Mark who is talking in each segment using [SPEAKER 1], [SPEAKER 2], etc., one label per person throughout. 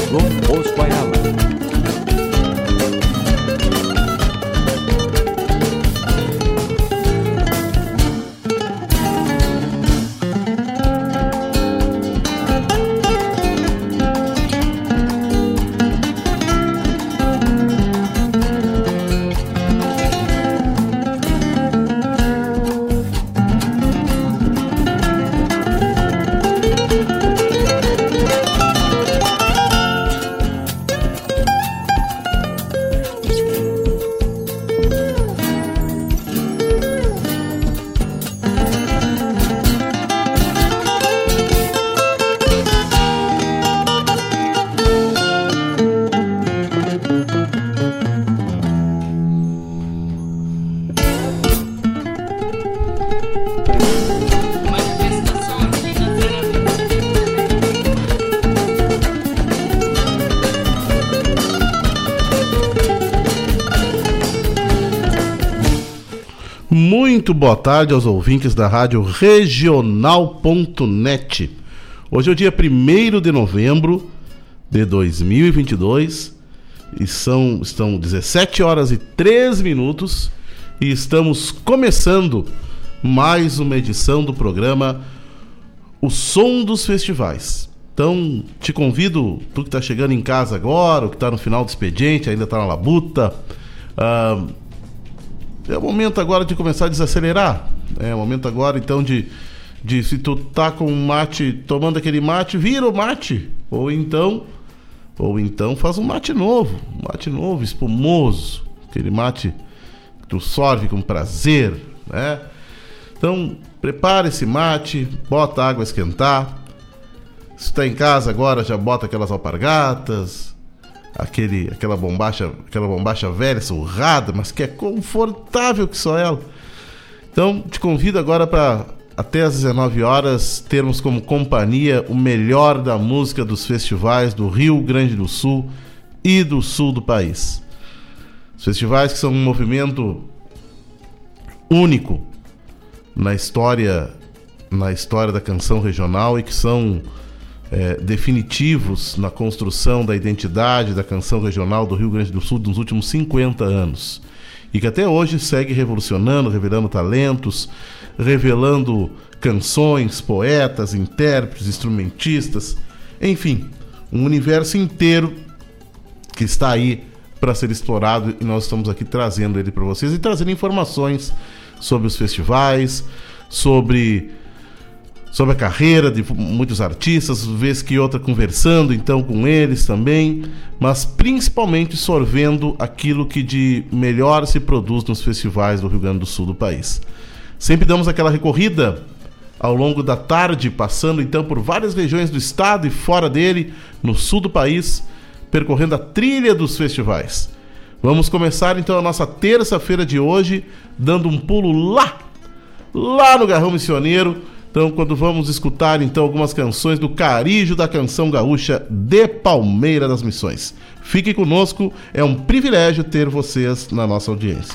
[SPEAKER 1] Posto Ayala.
[SPEAKER 2] Muito boa tarde aos ouvintes da Rádio Regional.net. Hoje é o dia 1º de novembro de 2022 e estão 17 horas e 3 minutos e estamos começando mais uma edição do programa O Som dos Festivais. Então, te convido, tu que está chegando em casa agora, ou que está no final do expediente, ainda está na labuta, é o momento agora de começar a desacelerar. É o momento agora, então, de se tu tá com um mate, tomando aquele mate, vira o mate. Ou então faz um mate novo, espumoso. Aquele mate que tu sorve com prazer, né? Então, prepara esse mate, bota a água a esquentar. Se tá em casa agora, já bota aquelas alpargatas, aquela bombacha velha, surrada, mas que é confortável que só ela. Então, te convido agora para, até às 19 horas, termos como companhia o melhor da música dos festivais do Rio Grande do Sul e do sul do país. Os festivais que são um movimento único na história da canção regional e que são definitivos na construção da identidade da canção regional do Rio Grande do Sul nos últimos 50 anos e que até hoje segue revolucionando, revelando talentos, revelando canções, poetas, intérpretes, instrumentistas, enfim, um universo inteiro que está aí para ser explorado e nós estamos aqui trazendo ele para vocês e trazendo informações sobre os festivais, sobre a carreira de muitos artistas, vez que outra conversando então com eles também, mas principalmente sorvendo aquilo que de melhor se produz nos festivais do Rio Grande do Sul do país. Sempre damos aquela recorrida ao longo da tarde, passando então por várias regiões do estado e fora dele, no sul do país, percorrendo a trilha dos festivais. Vamos começar então a nossa terça-feira de hoje, dando um pulo lá no Garrão Missioneiro. Então, quando vamos escutar então algumas canções do Carijo da Canção Gaúcha de Palmeira das Missões. Fique conosco, é um privilégio ter vocês na nossa audiência.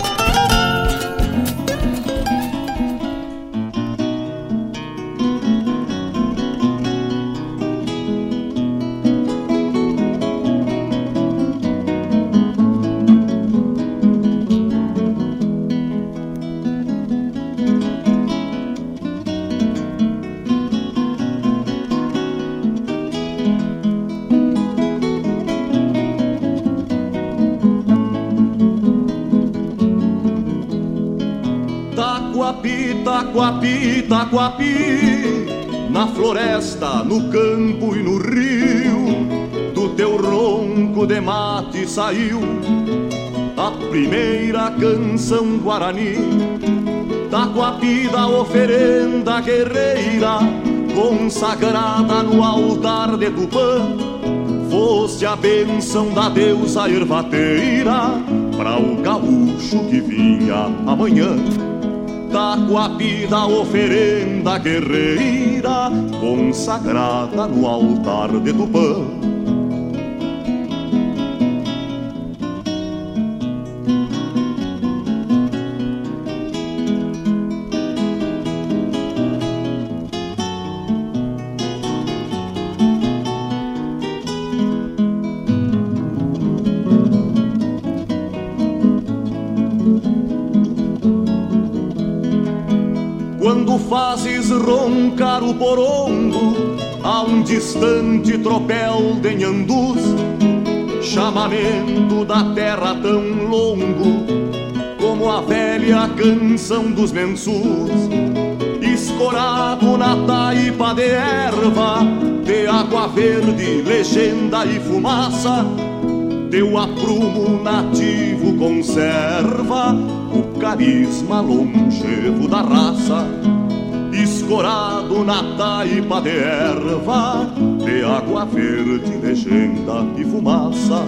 [SPEAKER 3] Taquapi, na floresta, no campo e no rio, do teu ronco de mate saiu a primeira canção guarani. Taquapi da oferenda guerreira, consagrada no altar de Tupã, foste a bênção da deusa ervateira para o gaúcho que vinha amanhã. Taquapi da oferenda guerreira, consagrada no altar de Tupã. fazes roncar o porongo a um distante tropel de nhandus, chamamento da terra tão longo como a velha canção dos mensus, escorado na taipa de erva, de água verde, legenda e fumaça. Teu aprumo nativo conserva o carisma longevo da raça, escorado na taipa de erva, de água verde, legenda e fumaça.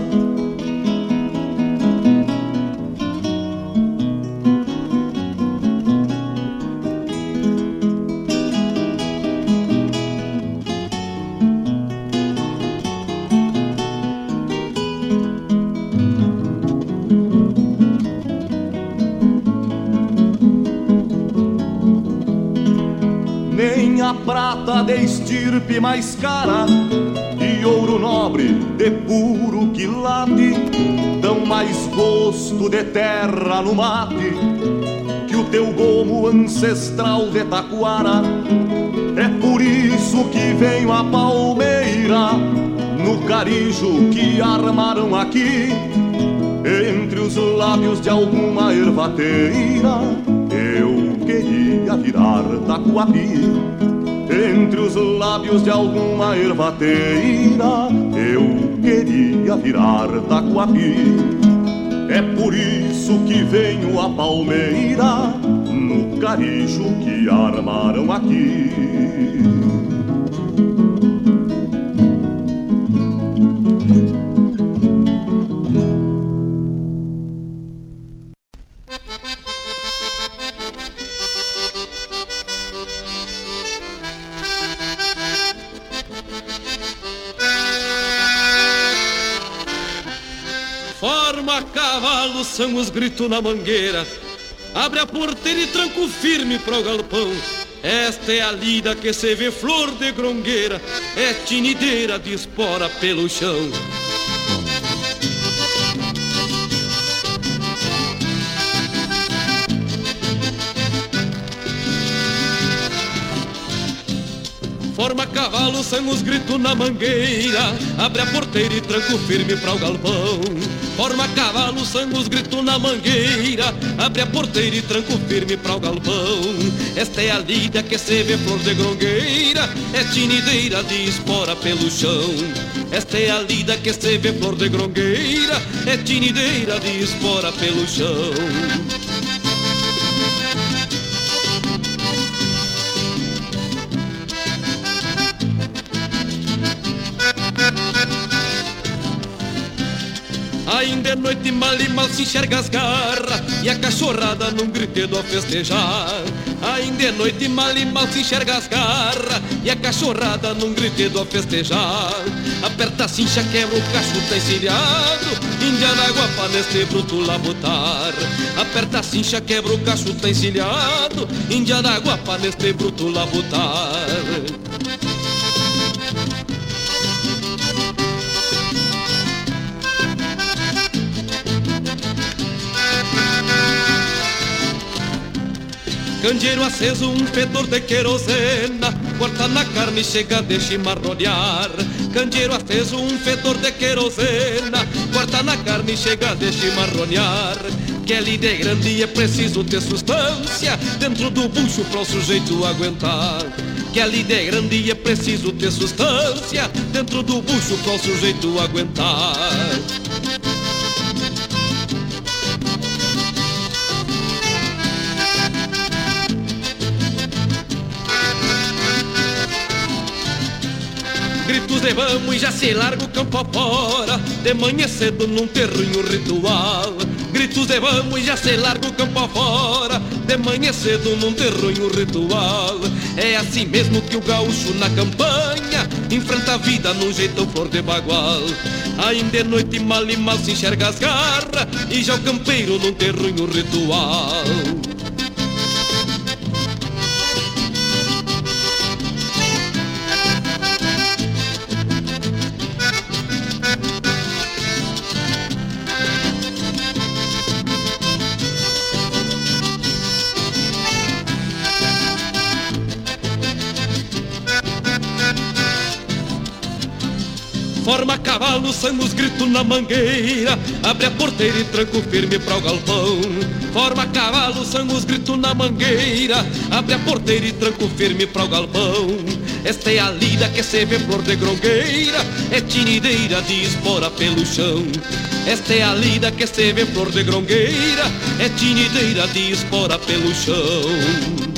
[SPEAKER 3] Prata de estirpe mais cara e ouro nobre de puro quilate dão mais gosto de terra no mate que o teu gomo ancestral de taquara. É por isso que venho a palmeira no carijo que armaram aqui entre os lábios de alguma ervateira. Eu queria virar taquapi entre os lábios de alguma ervateira, eu queria virar taquapi. É por isso que venho a palmeira no carijo que armaram aqui.
[SPEAKER 1] São os gritos na mangueira, abre a porteira e tranco firme para o galpão. Esta é a lida que se vê flor de grongueira, é tinideira de espora pelo chão. Forma cavalo, são os gritos na mangueira, abre a porteira e tranco firme para o galpão. Forma cavalo, são os gritos na mangueira, abre a porteira e tranco firme para o galpão. Esta é a lida que se vê flor de grongueira, é tinideira de espora pelo chão. Esta é a lida que se vê flor de grongueira, é tinideira de espora pelo chão. Ainda é noite mal e mal se enxerga as garras e a cachorrada num gritedo a festejar. Ainda é noite mal e mal se enxerga as garras e a cachorrada num gritedo a festejar. Aperta a cincha, quebra o cacho, tá encilhado, índia na guapa neste bruto labutar. Aperta a cincha, quebra o cacho, tá encilhado, índia na guapa neste bruto labutar. Candeeiro aceso, um fedor de querosena, corta na carne e chega de chimarronear. Candeeiro aceso, um fedor de querosena, corta na carne e chega de chimarronear. Que a lida é grande e é preciso ter substância dentro do bucho para o sujeito aguentar. Que a lida é grande e é preciso ter substância dentro do bucho para o sujeito aguentar. Gritos de vamos e já se larga o campo afora, de manhã cedo num terrinho ritual. Gritos de vamos e já se larga o campo afora, de manhã cedo num terrinho ritual. É assim mesmo que o gaúcho na campanha enfrenta a vida num jeito flor de bagual. Ainda é noite mal e mal se enxerga as garras e já o campeiro num terrinho ritual. Forma cavalo, sangue os gritos na mangueira, abre a porteira e tranco firme pra o galpão. Forma cavalo, sangue os gritos na mangueira, abre a porteira e tranco firme pra o galpão. Esta é a lida que se vê flor de grongueira, é tinideira de espora pelo chão. Esta é a lida que se vê flor de grongueira, é tinideira de espora pelo chão.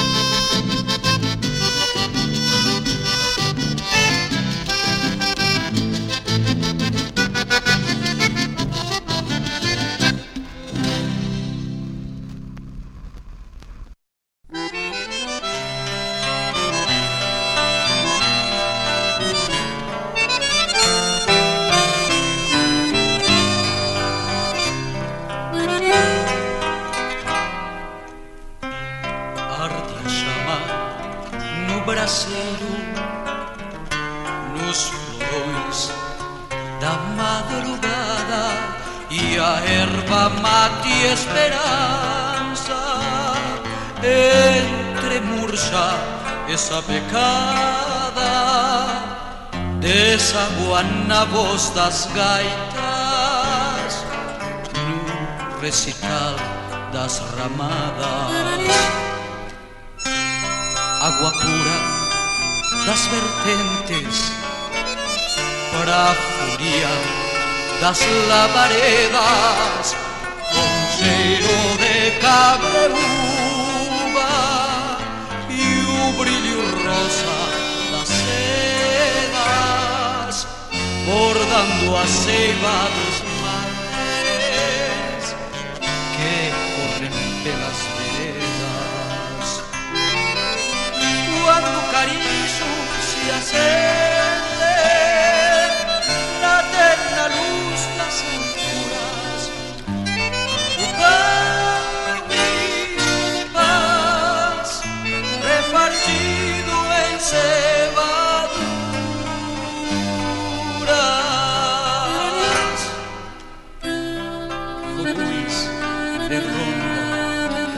[SPEAKER 4] Esa pecada desaguan na voz das gaitas no recital das ramadas. Agua pura das vertentes para a furia das lavaredas, con cheiro de cabreúva o brilho rosa das sedas, bordando a ceiba dos mares que corren pelas veredas. Quando o cariço se acende na terna luz das alturas, o partido em cevaduras, fogões de ronda,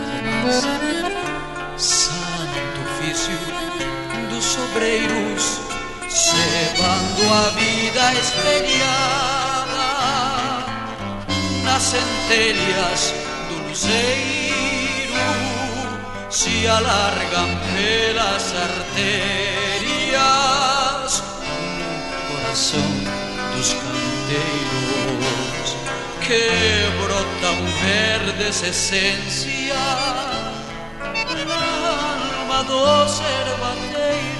[SPEAKER 4] santo ofício dos sobreiros, cebando a vida espelhada nas centelhas do luzeiro. Se alargam pelas artérias no coração dos canteiros que brotam verdes essências na alma dos ervateiros.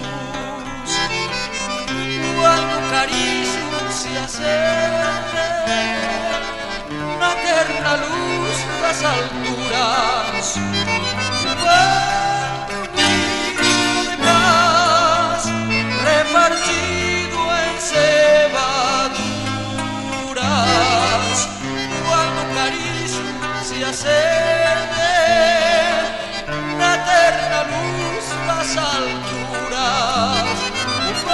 [SPEAKER 4] Quando o carício se acende na terna luz das alturas, de paz repartido em cevaduras, quando o carício se acende na terna luz das alturas, o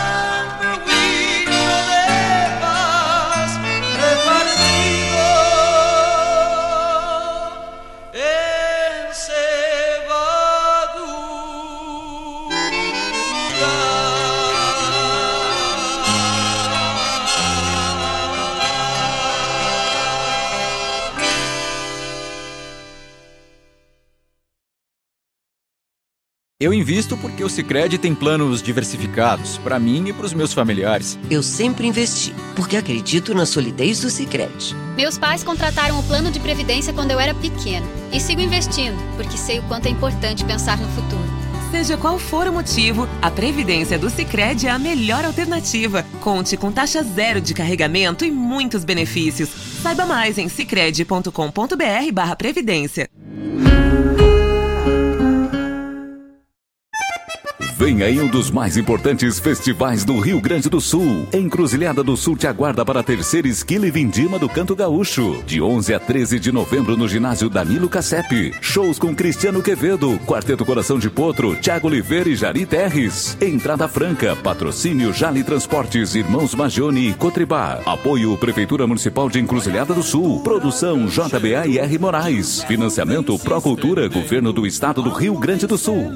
[SPEAKER 4] hino de paz repartido em cevaduras.
[SPEAKER 5] Eu invisto porque o Sicredi tem planos diversificados, para mim e para os meus familiares.
[SPEAKER 6] Eu sempre investi, porque acredito na solidez do Sicredi.
[SPEAKER 7] Meus pais contrataram o plano de previdência quando eu era pequeno. E sigo investindo, porque sei o quanto é importante pensar no futuro.
[SPEAKER 8] Seja qual for o motivo, a Previdência do Sicredi é a melhor alternativa. Conte com taxa zero de carregamento e muitos benefícios. Saiba mais em sicredi.com.br/previdência.
[SPEAKER 9] Vem aí um dos mais importantes festivais do Rio Grande do Sul. Encruzilhada do Sul te aguarda para a terceira Esquila e Vindima do Canto Gaúcho. De 11 a 13 de novembro no ginásio Danilo Cassep. Shows com Cristiano Quevedo, Quarteto Coração de Potro, Thiago Oliveira e Jari Terres. Entrada franca, patrocínio Jali Transportes, Irmãos Magione e Cotribá. Apoio Prefeitura Municipal de Encruzilhada do Sul. Produção JBA e R. Moraes. Financiamento Procultura, Governo do Estado do Rio Grande do Sul.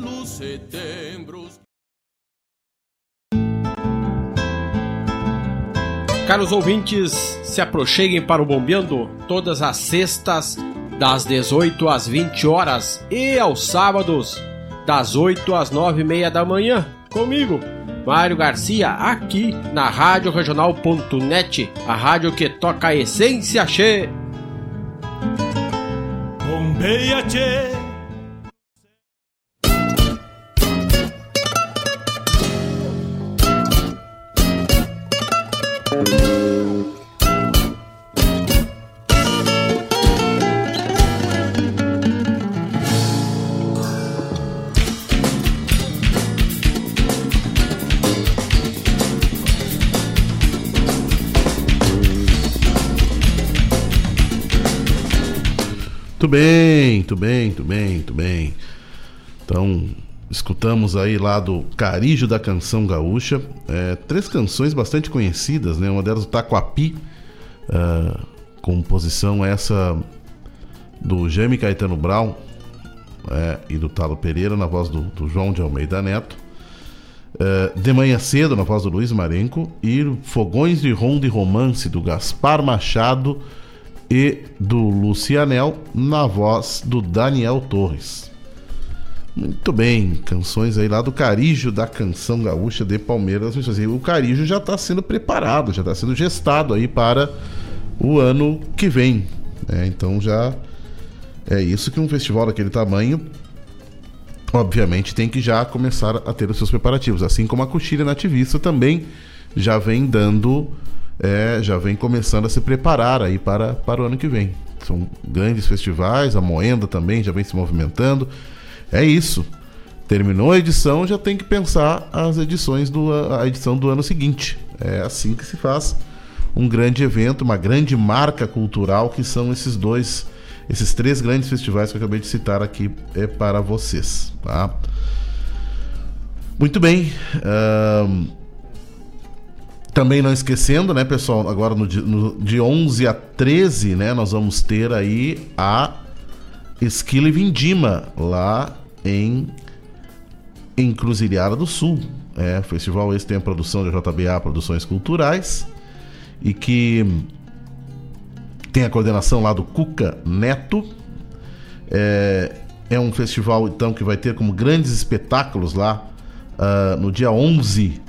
[SPEAKER 10] Caros ouvintes, se aproxeguem para o Bombeando todas as sextas, das 18 às 20 horas e aos sábados, das 8 às 9h30 da manhã, comigo, Mário Garcia, aqui na Rádio Regional.net, a rádio que toca a essência, che.
[SPEAKER 3] Bombeia, che.
[SPEAKER 2] Muito bem. Então, escutamos aí lá do Carijo da Canção Gaúcha, 3 canções bastante conhecidas, né? Uma delas, o Taquapi, composição essa do Jaime Caetano Brown e do Talo Pereira, na voz do João de Almeida Neto. De Manhã Cedo, na voz do Luiz Marenco, e Fogões de Ronda e Romance, do Gaspar Machado e do Lucianel, na voz do Daniel Torres. Muito bem, canções aí lá do Carijo da Canção Gaúcha de Palmeiras. O Carijo já está sendo preparado, já está sendo gestado aí para o ano que vem, né? Então já é isso que um festival daquele tamanho, obviamente, tem que já começar a ter os seus preparativos, assim como a Coxilha Nativista também já vem dando... já vem começando a se preparar aí para o ano que vem. São grandes festivais, a Moenda também já vem se movimentando. É isso. Terminou a edição, já tem que pensar a edição do ano seguinte. É assim que se faz um grande evento, uma grande marca cultural, que são esses 3 grandes festivais que eu acabei de citar aqui para vocês, tá? Muito bem. Também não esquecendo, né, pessoal, agora de 11 a 13, né, nós vamos ter aí a Esquila e Vindima, lá em Encruzilhada do Sul. O festival esse tem a produção da JBA Produções Culturais, e que tem a coordenação lá do Cuca Neto. É um festival, então, que vai ter como grandes espetáculos lá no dia 11.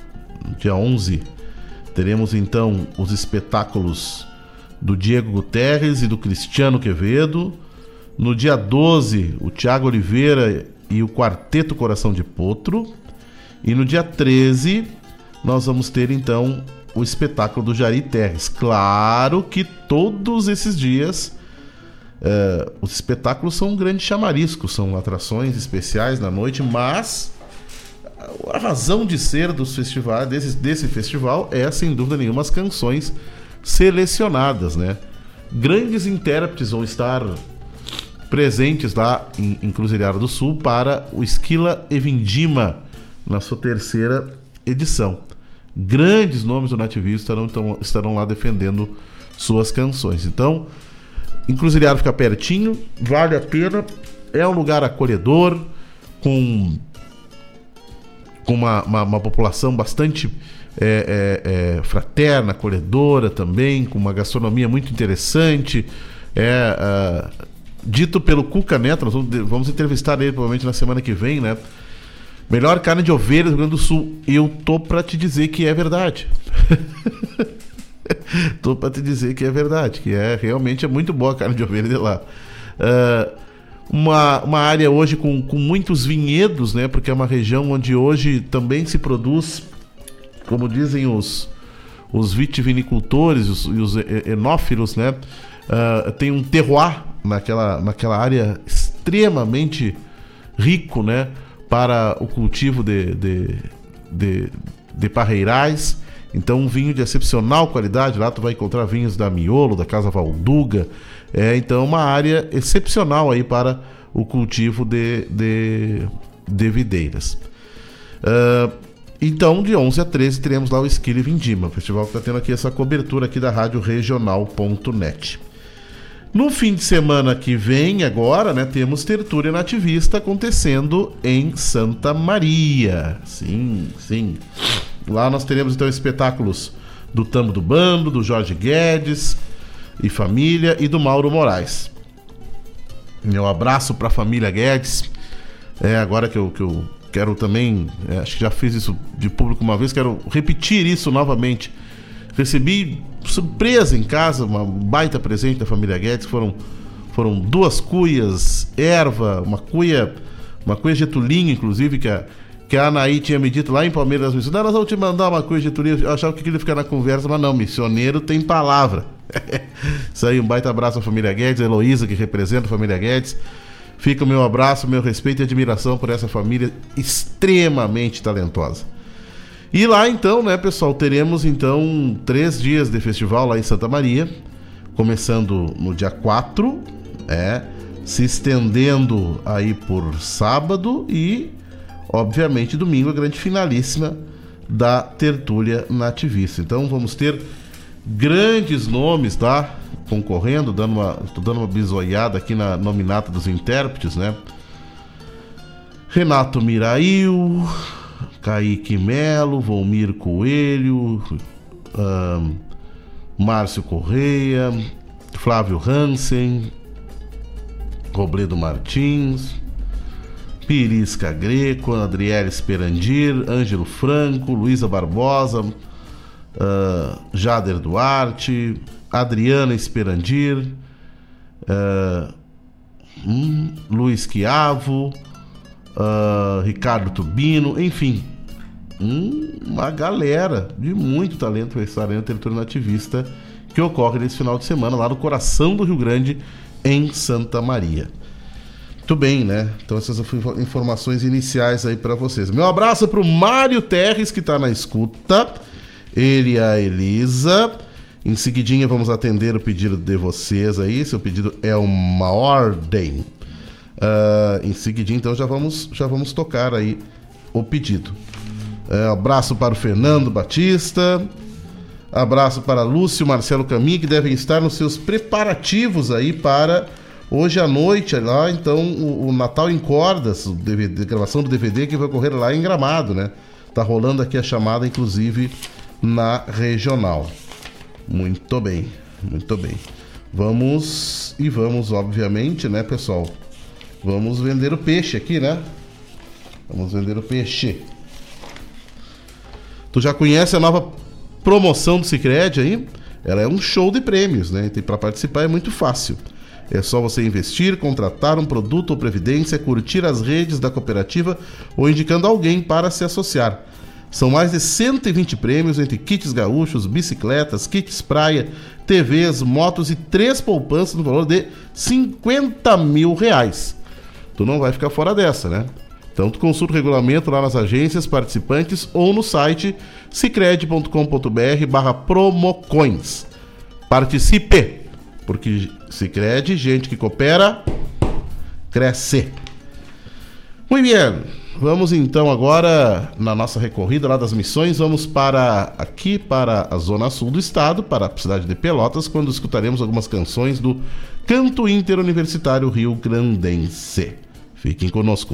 [SPEAKER 2] Teremos então os espetáculos do Diego Guterres e do Cristiano Quevedo. No dia 12, o Tiago Oliveira e o Quarteto Coração de Potro. E no dia 13, nós vamos ter então o espetáculo do Jari Terres. Claro que todos esses dias os espetáculos são um grande chamarisco, são atrações especiais na noite, mas a razão de ser dos festivais, desse festival, é sem dúvida nenhuma as canções selecionadas, né? Grandes intérpretes vão estar presentes lá em Encruzilhada do Sul para o Esquila e Vindima na sua 3ª edição. Grandes nomes do nativismo estarão lá defendendo suas canções. Então, Encruzilhada fica pertinho, vale a pena, é um lugar acolhedor, com uma população bastante fraterna, acolhedora também, com uma gastronomia muito interessante. Dito pelo Cuca Neto, nós vamos entrevistar ele provavelmente na semana que vem, né? Melhor carne de ovelha do Rio Grande do Sul. Eu tô pra te dizer que é verdade. Tô pra te dizer que é verdade, que realmente é muito boa a carne de ovelha de lá. Uma área hoje com muitos vinhedos, né? Porque é uma região onde hoje também se produz, como dizem os vitivinicultores e os enófilos, né? Tem um terroir naquela área extremamente rico, né? Para o cultivo de parreirais. Então, um vinho de excepcional qualidade. Lá tu vai encontrar vinhos da Miolo, da Casa Valduga. Então, uma área excepcional aí para o cultivo de videiras. Então, de 11 a 13, teremos lá o Esquila e Vindima, o festival que está tendo aqui essa cobertura aqui da Rádio Regional.net. No fim de semana que vem, agora, né, temos Tertúlia Nativista acontecendo em Santa Maria. Sim. Lá nós teremos, então, espetáculos do Tambo do Bando, do Jorge Guedes e família e do Mauro Moraes. Meu abraço para a família Guedes. Agora que eu quero também, acho que já fiz isso de público uma vez, quero repetir isso novamente. Recebi surpresa em casa, uma baita presente da família Guedes. Foram 2 cuias, erva, uma cuia Getulinho, inclusive, que a Anaí tinha me dito lá em Palmeiras das Missões. Nós vamos te mandar uma cuia Getulinho. Eu achava que queria ficar na conversa, mas não, missioneiro tem palavra. Isso aí, um baita abraço à família Guedes, a Heloísa, que representa a família Guedes. Fica o meu abraço, meu respeito e admiração por essa família extremamente talentosa. E lá então, né, pessoal, teremos então 3 dias de festival lá em Santa Maria, começando no dia 4, se estendendo aí por sábado e, obviamente, domingo, a grande finalíssima da Tertúlia Nativista. Então vamos ter grandes nomes, tá? Concorrendo, tô dando uma bisoiada aqui na nominata dos intérpretes, né? Renato Mirail, Kaique Melo, Volmir Coelho, Márcio Correia, Flávio Hansen, Robledo Martins, Pirisca Greco, Adriele Sperandir, Ângelo Franco, Luísa Barbosa, Jader Duarte, Adriana Sperandir, Luiz Chiavo, Ricardo Tubino, enfim, uma galera de muito talento vai estar no Território Nativista, que ocorre nesse final de semana lá no coração do Rio Grande, em Santa Maria. Muito bem, né? Então essas informações iniciais aí para vocês. Meu abraço pro Mário Terres, que está na escuta, ele e a Elisa. Em seguidinha vamos atender o pedido de vocês aí. Seu pedido é uma ordem. Em seguidinha, então, já vamos tocar aí o pedido. Abraço para o Fernando Batista. Abraço para Lúcio Marcelo Caminha, que devem estar nos seus preparativos aí para hoje à noite lá. Então, o Natal em Cordas, a gravação do DVD que vai ocorrer lá em Gramado, né? Tá rolando aqui a chamada, inclusive, na regional. Muito bem, muito bem. Vamos, obviamente, né, pessoal? Vamos vender o peixe aqui, né? Vamos vender o peixe. Tu já conhece a nova promoção do Sicredi aí? Ela é um show de prêmios, né? E para participar é muito fácil. É só você investir, contratar um produto ou previdência, curtir as redes da cooperativa ou indicando alguém para se associar. São mais de 120 prêmios entre kits gaúchos, bicicletas, kits praia, TVs, motos e 3 poupanças no valor de 50 mil reais. Tu não vai ficar fora dessa, né? Então tu consulta o regulamento lá nas agências participantes ou no site sicredi.com.br/promocoins. Participe, porque Sicredi, gente que coopera, cresce. Muito bem. Vamos então agora na nossa recorrida lá das missões, vamos para a zona sul do estado, para a cidade de Pelotas, quando escutaremos algumas canções do Canto Interuniversitário Rio Grandense. Fiquem conosco.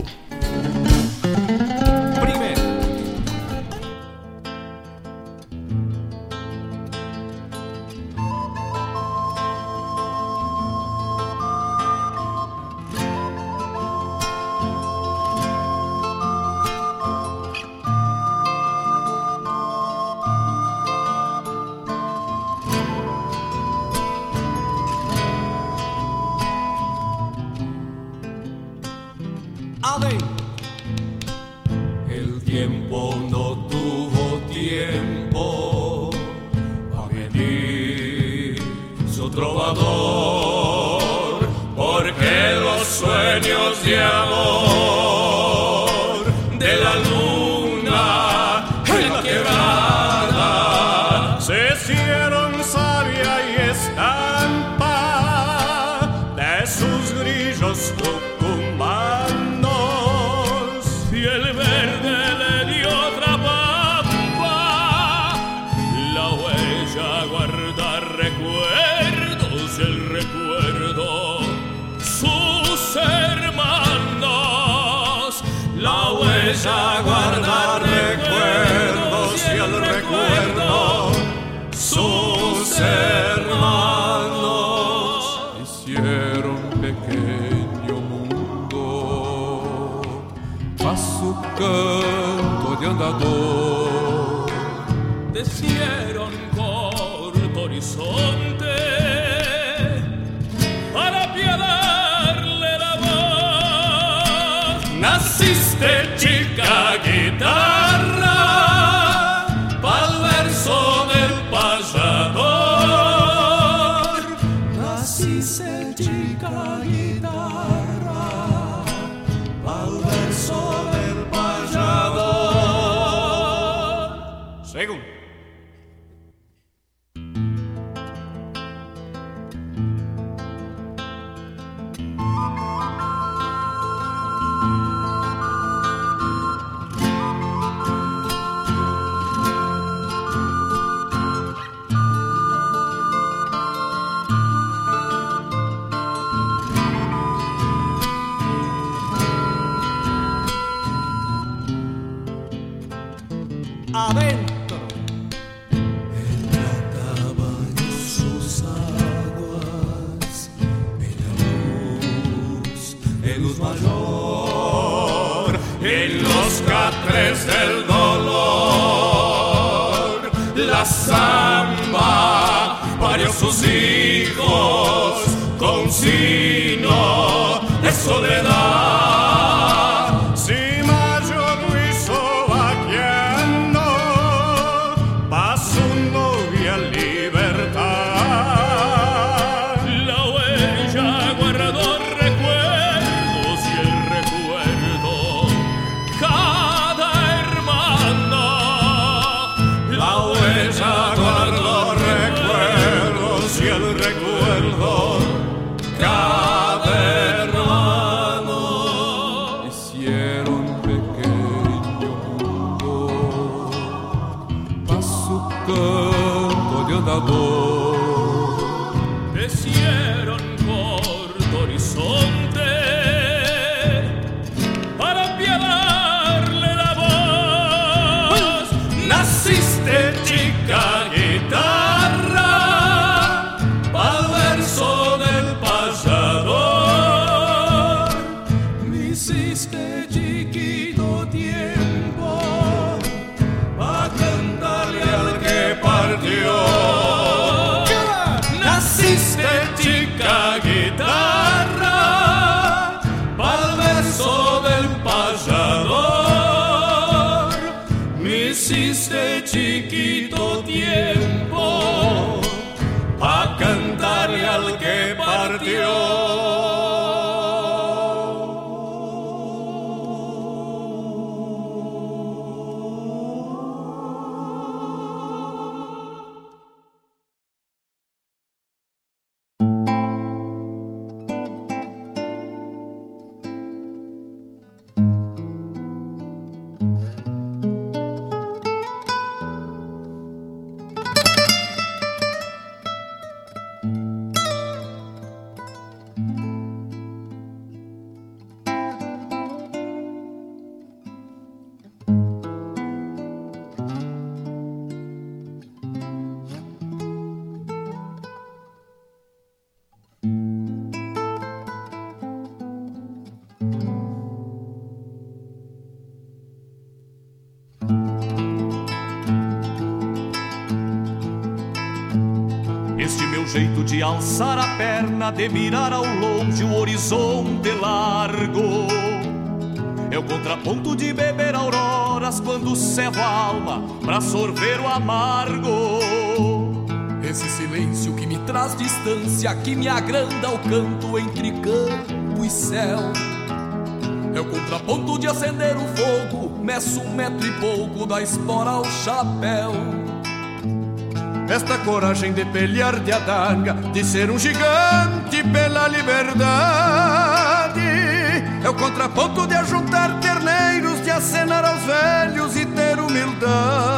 [SPEAKER 11] El tiempo no tuvo tiempo a venir su trovador, porque los sueños de amor de la luna en la quebrada se hicieron savia y estampa de sus grillos tucumanos, y el verde le dio otra pampa, la huella guarda recuerdos y el recuerdo sus hermanos, la huella guarda recuerdos y el recuerdo andador. Descieron corto horizonte para apiadarle la voz. Naciste chica guitarra pa'l verso del payador. Naciste chica guitarra pa'l verso del payador. Segundo.
[SPEAKER 3] Adentro. Enlataban sus aguas, bella luz mayor, en los catres del dolor. La samba parió sus hijos con sino de soledad. Si Mayo lo hizo vaqueando pa' su novia libertad. La huella guardó recuerdos y el recuerdo cada hermano. La huella guardó recuerdos y el recuerdo cada hermano. Hicieron pequeño mundo pa' su canto de andador. Descieron corto horizonte para apiadarle la voz. Naciste chica guitarra pa'l verso del payador. Me hiciste chiquito tiempo pa' cantarle al que partió. Naciste chica guitarra pa'l verso del payador. Me hiciste chiquito tiempo pa' cantarle al que partió. Este meu jeito de alçar a perna, de mirar ao longe o horizonte largo, é o contraponto de beber auroras quando cevo a alma pra sorver o amargo. Esse silêncio que me traz distância, que me agranda o canto entre campo e céu, é o contraponto de acender o fogo, meço 1 metro e pouco da espora ao chapéu. Esta coragem de pelear de adaga, de ser um gigante pela liberdade, é o contraponto de ajuntar terneiros, de acenar aos velhos e ter humildade.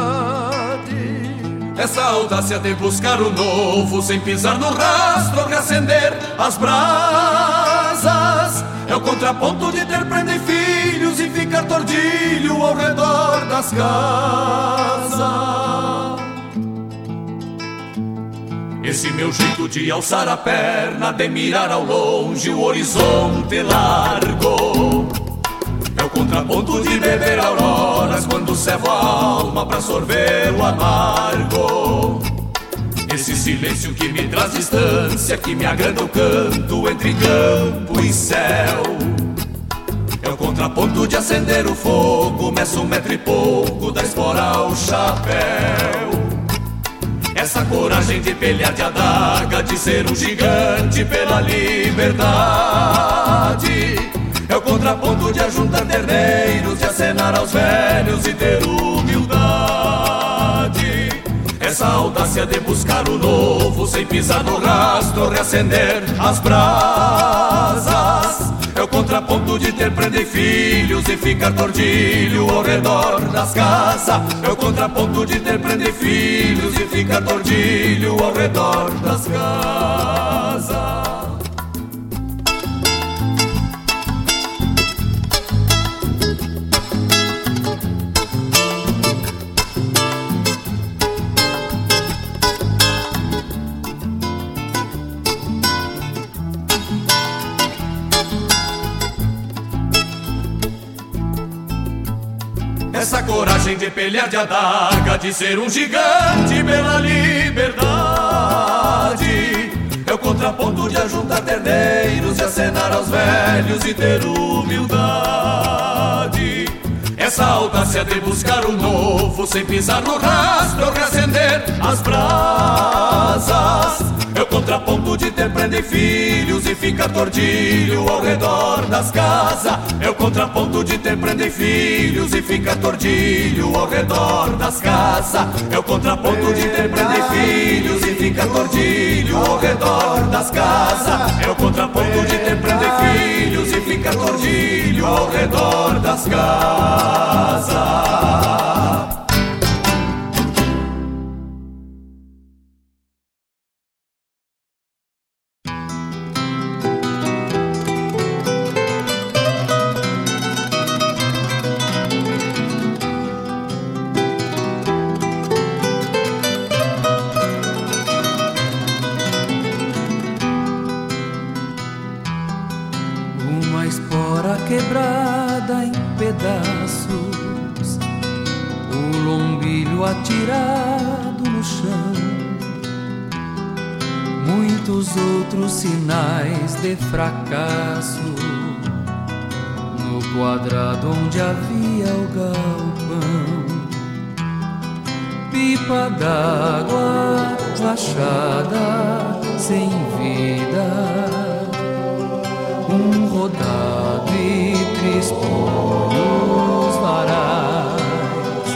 [SPEAKER 3] Essa audácia de buscar o novo, sem pisar no rastro, reacender as brasas, é o contraponto de ter prenda e filhos e ficar tordilho ao redor das casas. Esse meu jeito de alçar a perna, de mirar ao longe o horizonte largo, é o contraponto de beber auroras quando cevo a alma pra sorver o amargo. Esse silêncio que me traz distância, que me agranda o canto entre campo e céu. É o contraponto de acender o fogo, meço 1 metro e pouco da espora ao chapéu. Essa coragem de pelear de adaga, de ser um gigante pela liberdade. É o contraponto de ajuntar terneiros, de acenar aos velhos e ter humildade. Essa audácia de buscar o novo, sem pisar no rastro, reacender as brasas. É o contraponto de ter prenda e filhos e ficar tordilho ao redor das casas. É o contraponto de ter prenda e filhos e ficar tordilho ao redor das casas. Essa coragem de pelear de adaga, de ser um gigante pela liberdade. É o contraponto de ajuntar terneiros, de acenar aos velhos e ter humildade. Essa audácia de buscar o novo, sem pisar no rastro, reacender as brasas. É o contraponto de ter prenda e filhos e ficar tordilho ao redor das casas. É o contraponto de ter prenda e filhos e ficar tordilho ao redor das casas. É o contraponto de ter prenda e filhos e ficar tordilho ao redor das casas. É o contraponto de ter prenda e filhos e ficar tordilho ao redor das casas.
[SPEAKER 12] Quebrada em pedaços, o lombilho atirado no chão, muitos outros sinais de fracasso no quadrado onde havia o galpão. Pipa d'água rachada sem vida, um rodado e tristonhos varais.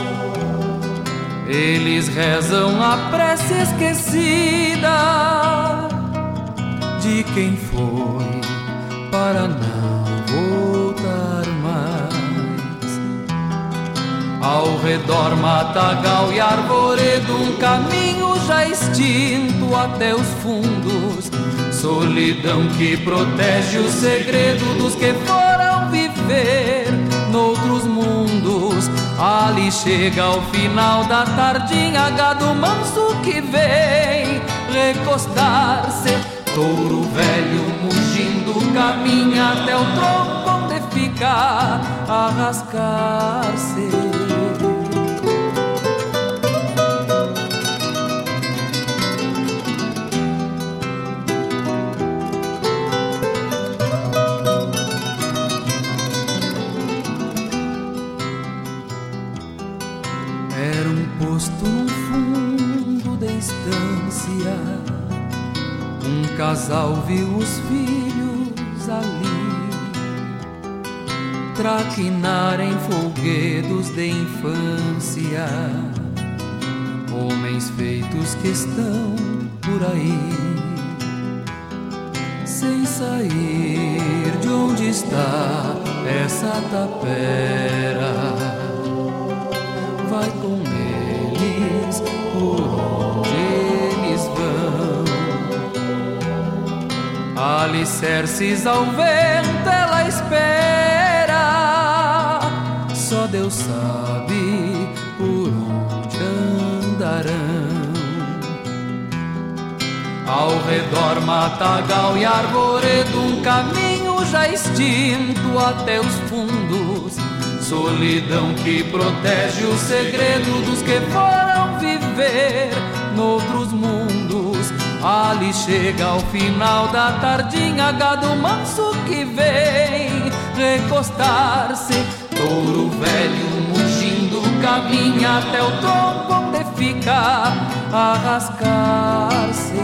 [SPEAKER 12] Eles rezam a prece esquecida de quem foi para não voltar mais. Ao redor matagal e arvoredo, um caminho já extinto até os fundos. Solidão que protege o segredo dos que foram viver noutros mundos. Ali chega ao final da tardinha, gado manso que vem recostar-se. Touro velho mugindo caminha até o tronco onde fica a rascar-se. Casal viu os filhos ali traquinarem folguedos de infância, homens feitos que estão por aí, sem sair de onde está essa tapera. Vai com eles por onde eles vão. Alicerces ao vento ela espera, só Deus sabe por onde andarão. Ao redor matagal e arvoredo, um caminho já extinto até os fundos. solidão que protege o segredo dos que foram viver noutros mundos. Ali chega ao final da tardinha, gado manso que vem recostar-se, touro velho mugindo caminha até o tronco onde fica a rascar-se.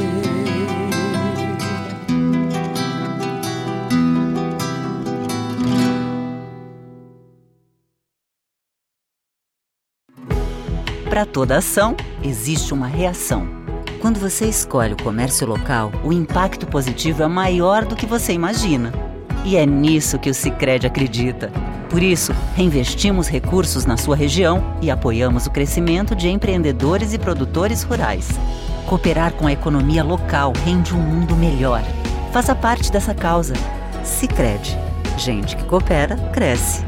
[SPEAKER 13] Para toda ação, existe uma reação. Quando você escolhe o comércio local, o impacto positivo é maior do que você imagina. E é nisso que o Sicredi acredita. Por isso, reinvestimos recursos na sua região e apoiamos o crescimento de empreendedores e produtores rurais. Cooperar com a economia local rende um mundo melhor. Faça parte dessa causa. Sicredi. Gente que coopera, cresce.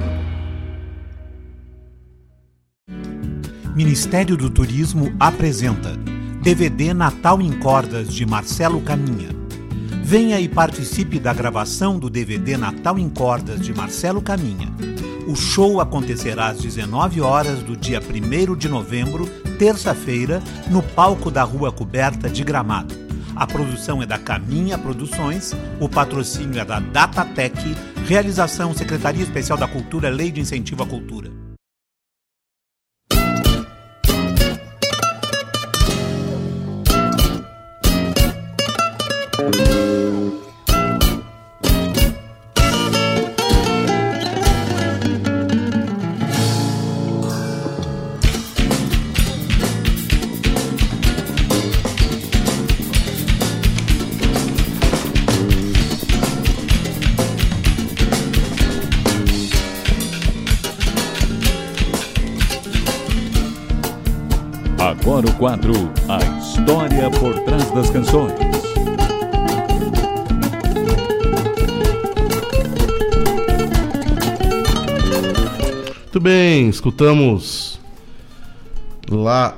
[SPEAKER 14] Ministério do Turismo apresenta DVD Natal em Cordas, de Marcelo Caminha. Venha e participe da gravação do DVD Natal em Cordas, de Marcelo Caminha. O show acontecerá às 19 horas do dia 1º de novembro, terça-feira, no palco da Rua Coberta de Gramado. A produção é da Caminha Produções, o patrocínio é da Datatec, realização Secretaria Especial da Cultura, Lei de Incentivo à Cultura.
[SPEAKER 9] Agora o quadro A História por Trás das Canções.
[SPEAKER 2] Muito bem, escutamos lá.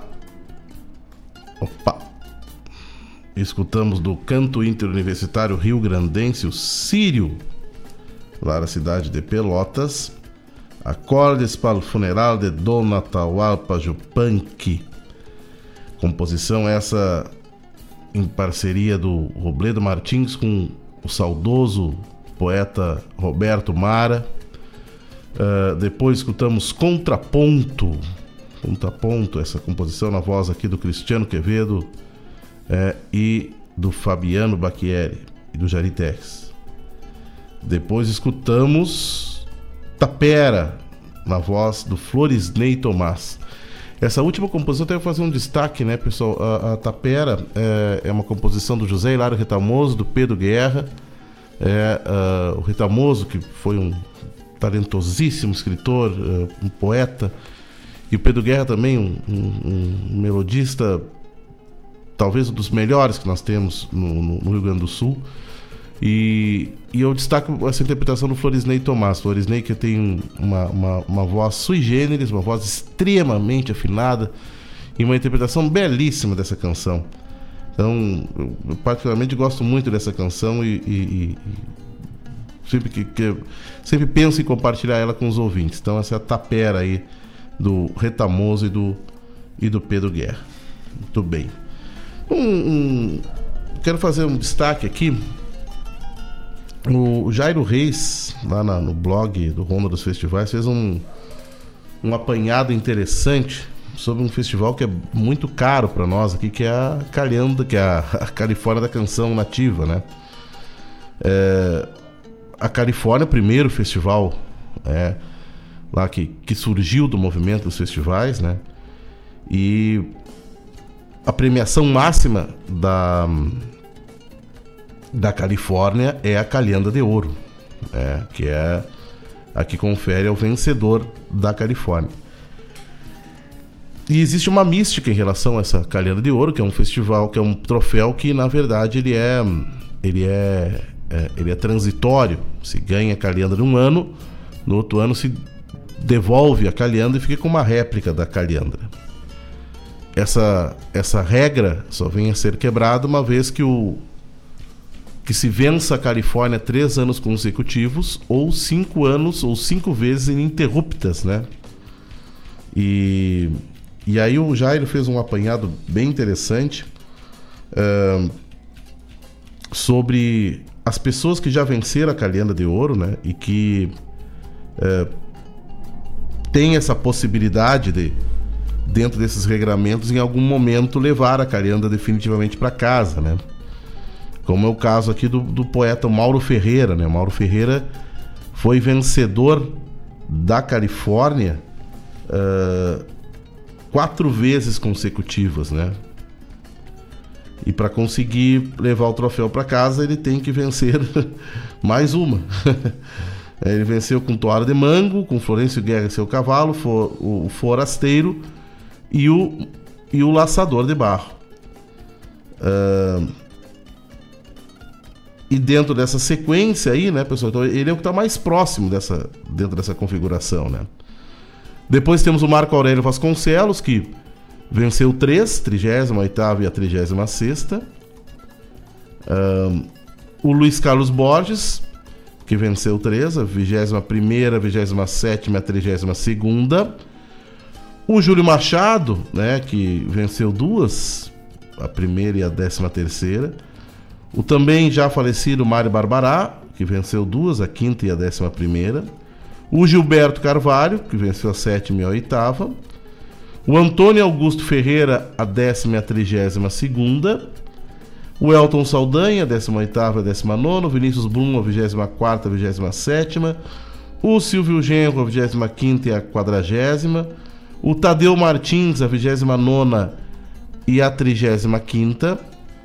[SPEAKER 2] Escutamos do canto interuniversitário rio-grandense, o Sírio, lá na cidade de Pelotas, Acordes para o Funeral de Dona Atahualpa Yupanqui. Composição essa em parceria do Robledo Martins com o saudoso poeta Roberto Mara. Depois escutamos Contraponto, essa composição na voz aqui do Cristiano Quevedo e do Fabiano Bacchieri e do Jari Tex. Depois escutamos Tapera, na voz do Florisney Tomás. Essa última composição tem que fazer um destaque, né, pessoal? A Tapera é uma composição do José Hilário Retamoso, do Pedro Guerra. O Retamoso, que foi um talentosíssimo escritor, um poeta, e o Pedro Guerra também um melodista, talvez um dos melhores que nós temos no Rio Grande do Sul. E eu destaco essa interpretação do Florisney Tomás. Florisney, que tem uma voz sui generis, uma voz extremamente afinada e uma interpretação belíssima dessa canção. Então, eu particularmente gosto muito dessa canção e sempre penso em compartilhar ela com os ouvintes. Então, essa é a Tapera aí do Retamoso e do Pedro Guerra. Muito bem. Quero fazer um destaque aqui. O Jairo Reis, lá no blog do Ronda dos Festivais, fez um apanhado interessante sobre um festival que é muito caro para nós aqui, que é a Calhanda, que é a Califórnia da Canção Nativa, né? A Califórnia, primeiro festival lá que surgiu do movimento dos festivais, né? E a premiação máxima da Califórnia é a Calhanda de Ouro, que é a que confere ao vencedor da Califórnia. E existe uma mística em relação a essa Calhanda de Ouro, que é um festival, que é um troféu que, na verdade, ele é transitório. Se ganha a Calhanda num ano, no outro ano se devolve a Calhanda e fica com uma réplica da Calhanda. Essa regra só vem a ser quebrada uma vez que o que se vença a Califórnia 3 anos consecutivos ou 5 anos ou 5 vezes ininterruptas, né? E aí o Jairo fez um apanhado bem interessante sobre as pessoas que já venceram a Calhanda de Ouro, né? E que tem essa possibilidade de, dentro desses regramentos, em algum momento levar a Calhanda definitivamente para casa, né? Como é o caso aqui do poeta Mauro Ferreira, né? Mauro Ferreira foi vencedor da Califórnia 4 vezes consecutivas, né? E para conseguir levar o troféu para casa, ele tem que vencer mais uma. Ele venceu com Toara de Mango, com Florencio Guerra e seu cavalo, o Forasteiro e o Laçador de Barro. E dentro dessa sequência aí, né, pessoal? Então ele é o que está mais próximo dentro dessa configuração, né? Depois temos o Marco Aurélio Vasconcelos, que venceu 3, 38ª e a 36ª. O Luiz Carlos Borges, que venceu 3, a 21ª, a 27ª e a 32ª. O Júlio Machado, né, que venceu 2, a 1ª e a 13ª. O também já falecido Mário Barbará, que venceu 2, a 5ª e a 11ª. O Gilberto Carvalho, que venceu a 7ª e a 8ª. O Antônio Augusto Ferreira, a 10ª e a 32ª. O Elton Saldanha, a 18ª e a 19ª. O Vinícius Blum, a 24ª e a 27ª. O Silvio Genro, a 25ª e a 40ª. O Tadeu Martins, a 29ª e a 35ª.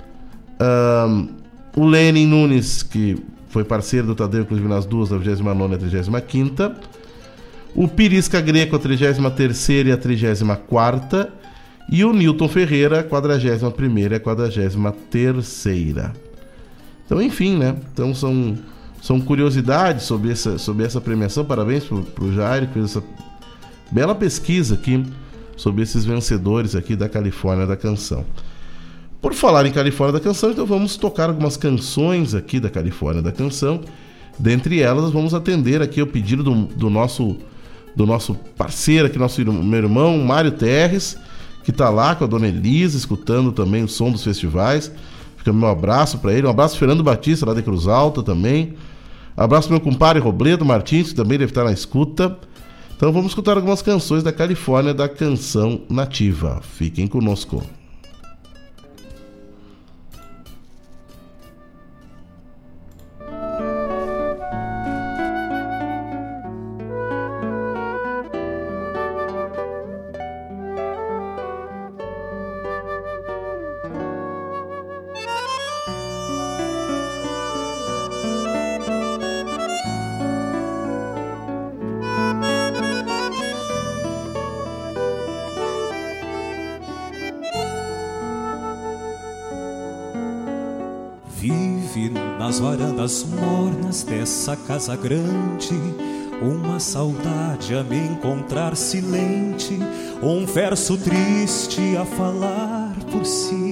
[SPEAKER 2] O Lenin Nunes, que foi parceiro do Tadeu, inclusive nas duas, a 29ª e a 35ª. O Pirisca Greco, a 33ª e a 34ª. E o Newton Ferreira, a 41ª e a 43ª. Então, enfim, né? Então são curiosidades sobre essa premiação. Parabéns pro Jair, que fez essa bela pesquisa aqui sobre esses vencedores aqui da Califórnia da Canção. Por falar em Califórnia da Canção, então vamos tocar algumas canções aqui da Califórnia da Canção. Dentre elas, nós vamos atender aqui o pedido do nosso parceiro aqui, meu irmão Mário Terres, que está lá com a dona Elisa, escutando também o som dos festivais. Fica meu abraço para ele. Um abraço Fernando Batista, lá de Cruz Alta também. Abraço meu compadre Robledo Martins, que também deve estar na escuta. Então vamos escutar algumas canções da Califórnia da Canção Nativa. Fiquem conosco.
[SPEAKER 15] Vive nas varandas mornas dessa casa grande uma saudade a me encontrar silente, um verso triste a falar por si,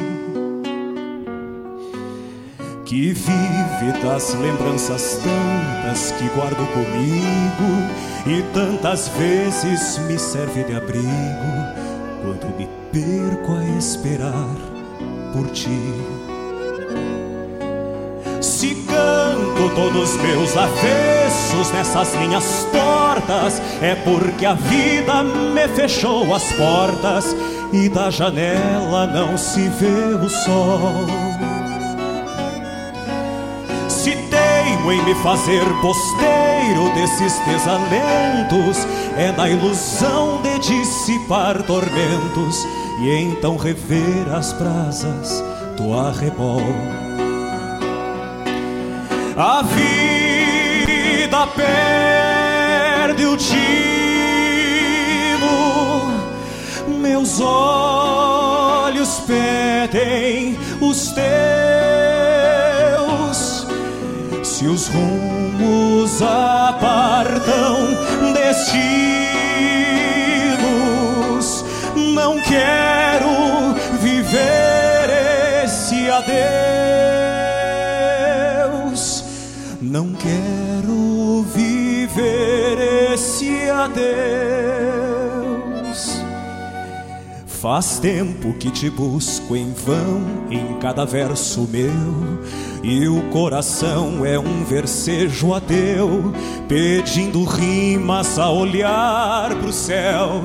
[SPEAKER 15] que vive das lembranças tantas que guardo comigo e tantas vezes me serve de abrigo quando me perco a esperar por ti. Se canto todos meus avessos nessas linhas tortas, é porque a vida me fechou as portas e da janela não se vê o sol. Se teimo em me fazer posteiro desses desalentos, é na ilusão de dissipar tormentos e então rever as brasas do arrebol. A vida perde o tino, meus olhos pedem os teus. Se os rumos apartam destinos, não quero viver esse adeus. Não quero viver esse adeus. Faz tempo que te busco em vão em cada verso meu, e o coração é um versejo ateu, pedindo rimas a olhar pro céu.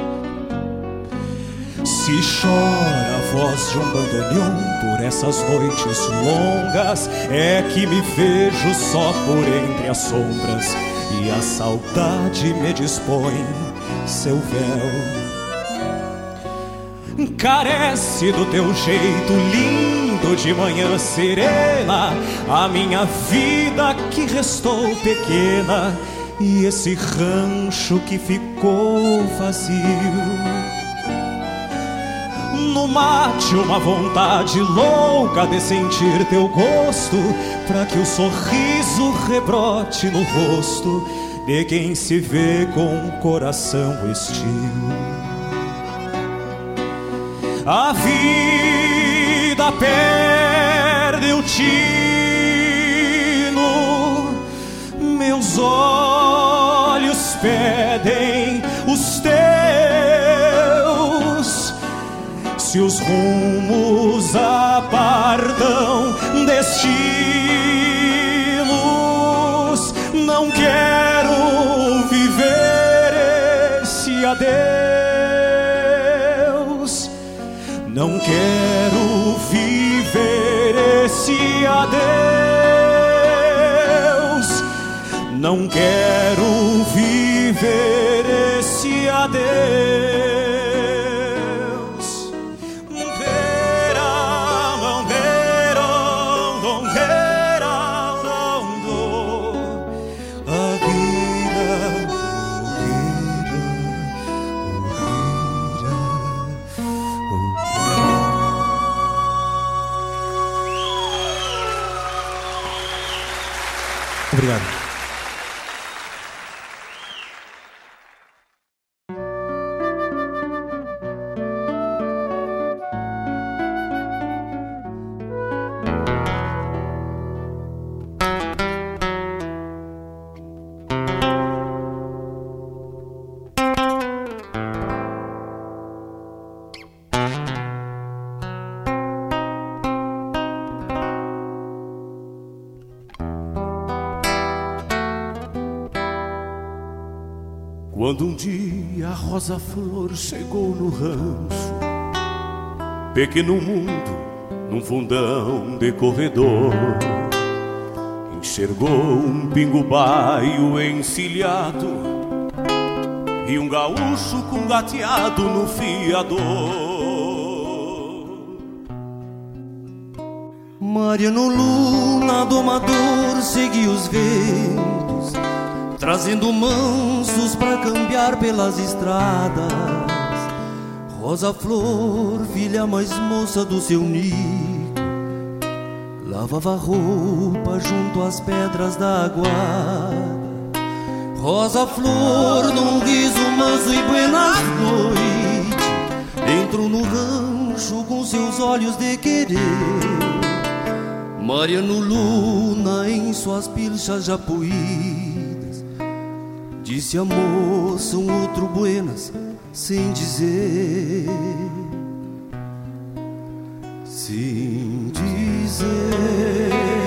[SPEAKER 15] Se chora a voz de um bandoneon por essas noites longas, é que me vejo só por entre as sombras, e a saudade me dispõe seu véu. Carece do teu jeito lindo de manhã serena a minha vida que restou pequena, e esse rancho que ficou vazio. No mate uma vontade louca de sentir teu gosto, pra que o sorriso rebrote no rosto de quem se vê com o coração estio. A vida perde o tino, meus olhos pedem os teus. Se os rumos apartam destinos, não quero viver esse adeus. Não quero viver esse adeus. Não quero viver esse adeus. Obrigado. Quando um dia a rosa flor chegou no rancho, pequeno mundo num fundão de corredor, enxergou um pingo-baio encilhado e um gaúcho com gateado no fiador.
[SPEAKER 16] Mariano Luna, domador, seguia os ventos, trazendo mansos pra cambiar pelas estradas. Rosa Flor, filha mais moça do seu nido, lavava roupa junto às pedras da aguada. Rosa Flor, num riso manso e buenas noites, entrou no rancho com seus olhos de querer. Mariano Luna, em suas pilchas já puídas, disse a moça um outro buenas sem dizer. Sem dizer.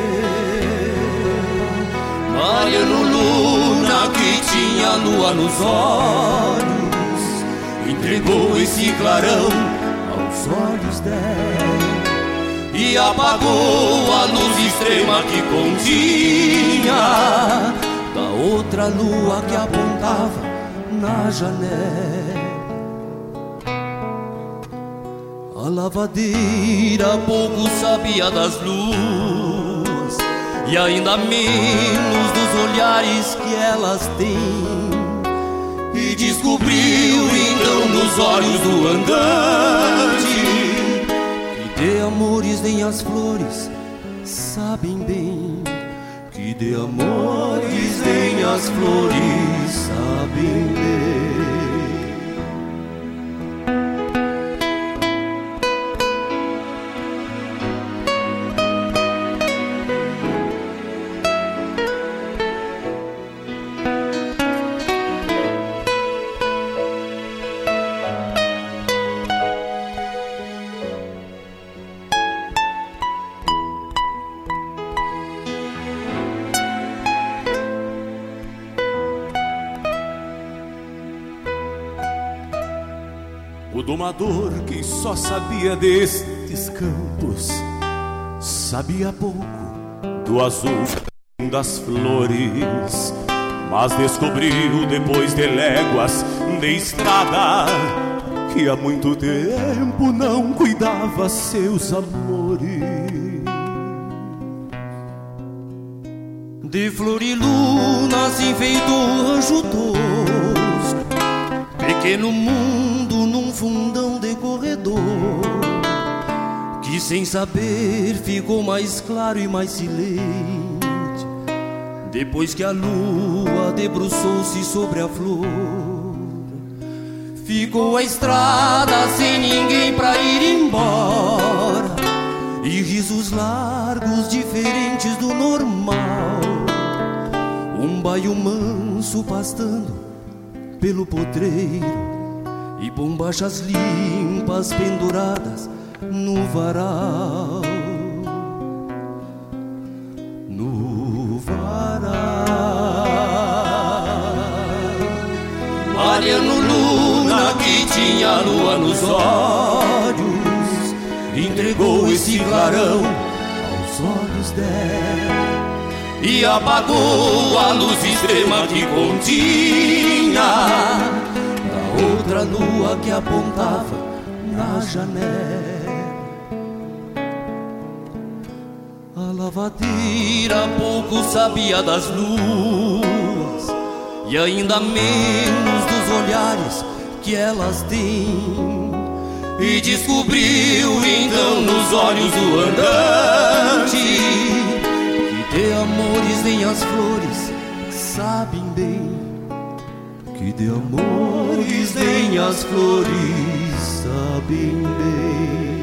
[SPEAKER 17] Mariano Luna, que tinha a lua nos olhos, entregou esse clarão
[SPEAKER 16] aos olhos dela
[SPEAKER 17] e apagou a luz extrema que continha
[SPEAKER 16] da outra lua que apontava na janela. A lavadeira
[SPEAKER 17] pouco sabia das luas e ainda menos dos olhares que elas têm, e descobriu então nos olhos do andante
[SPEAKER 16] que de amores nem as flores sabem bem, que de amores nem as flores sabem bem.
[SPEAKER 15] domador que só sabia destes campos sabia pouco do azul das flores, mas descobriu depois de léguas de estrada que há muito tempo não cuidava seus amores.
[SPEAKER 16] De flor e luna se enfeitou um anjo tosco, pequeno mundo num fundão de corredor, que sem saber ficou mais claro e mais silente, depois que a lua debruçou-se sobre a flor. Ficou a estrada sem ninguém pra ir embora, e risos largos diferentes do normal, um baio manso pastando pelo potreiro e bombachas limpas penduradas no varal. No varal, Mariano Luna, que tinha a lua nos olhos, entregou esse clarão aos olhos dela e apagou a luz extrema que continha da outra lua que apontava na janela. A lavadeira pouco sabia das luas e ainda menos dos olhares que elas têm, e descobriu então nos olhos do andante que de amores nem as flores sabem bem, que de amores nem as flores sabem bem.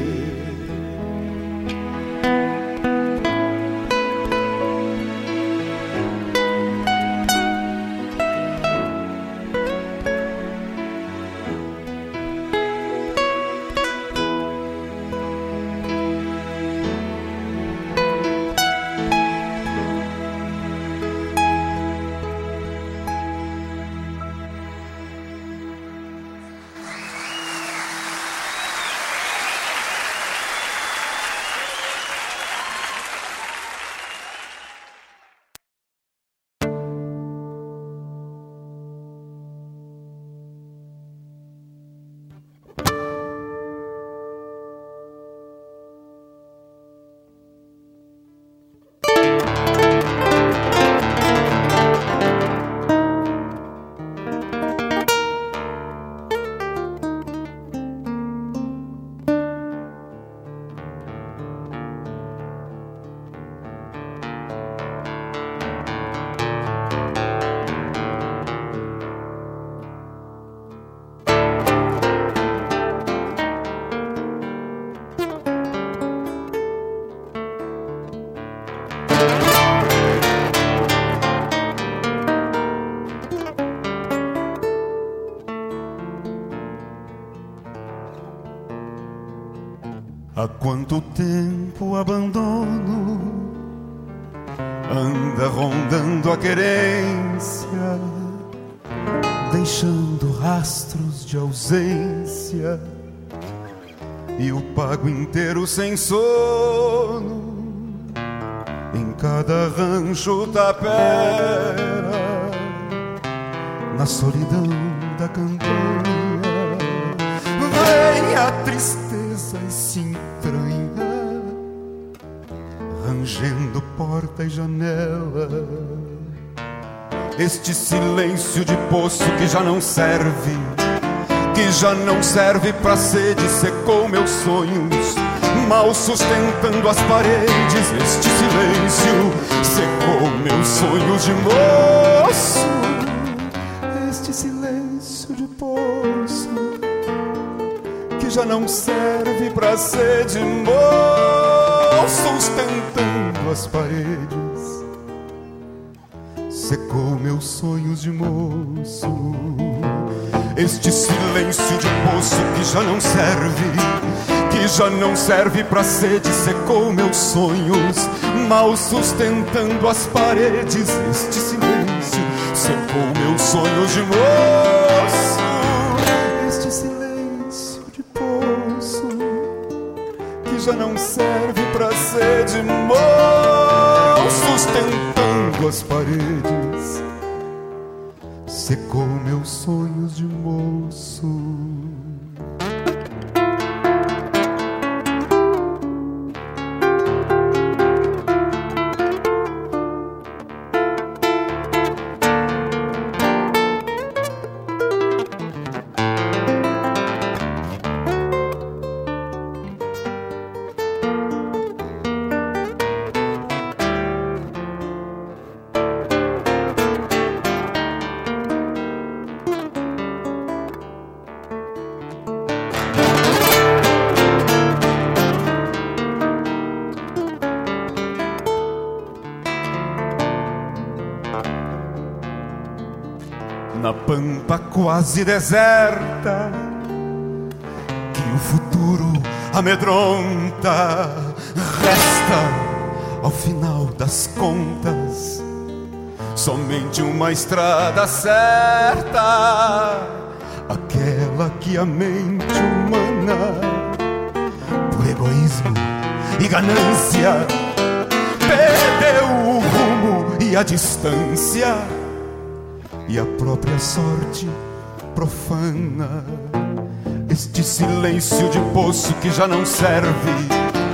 [SPEAKER 18] Há quanto tempo o abandono anda rondando a querência, deixando rastros de ausência e o pago inteiro sem sono em cada rancho tapera, na solidão da campanha. Vem a tristeza e se entranha, rangendo porta e janela. Este silêncio de poço que já não serve, que já não serve pra sede, secou meus sonhos, mal sustentando as paredes. Este silêncio secou meus sonhos de moço. Este silêncio de poço que já não serve pra sede, mal sustentando as paredes, secou meus sonhos de moço. Este silêncio de poço que já não serve pra sede, secou meus sonhos, mal sustentando as paredes. Este silêncio secou meus sonhos de moço. Este silêncio de já não serve pra ser de moço, sustentando as paredes, secou meus sonhos de moço. Na pampa quase deserta, que o futuro amedronta, resta, ao final das contas, somente uma estrada certa, aquela que a mente humana, por egoísmo e ganância, perdeu o rumo e a distância, e a própria sorte profana. Este silêncio de poço que já não serve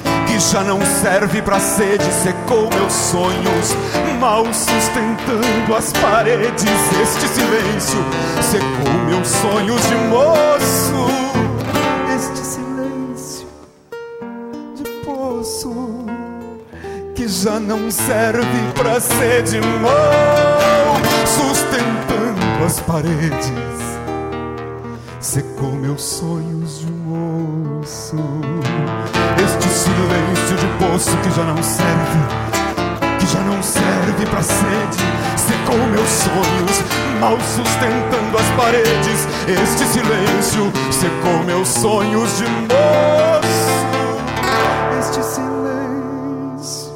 [SPEAKER 18] pra sede, secou meus sonhos, mal sustentando as paredes. Este silêncio secou meus sonhos de moço. Este silêncio de poço que já não serve pra sede, mal sustentando as paredes, secou meus sonhos de moço. Este silêncio de poço que já não serve pra sede, secou meus sonhos, mal sustentando as paredes. Este silêncio secou meus sonhos de moço. Este silêncio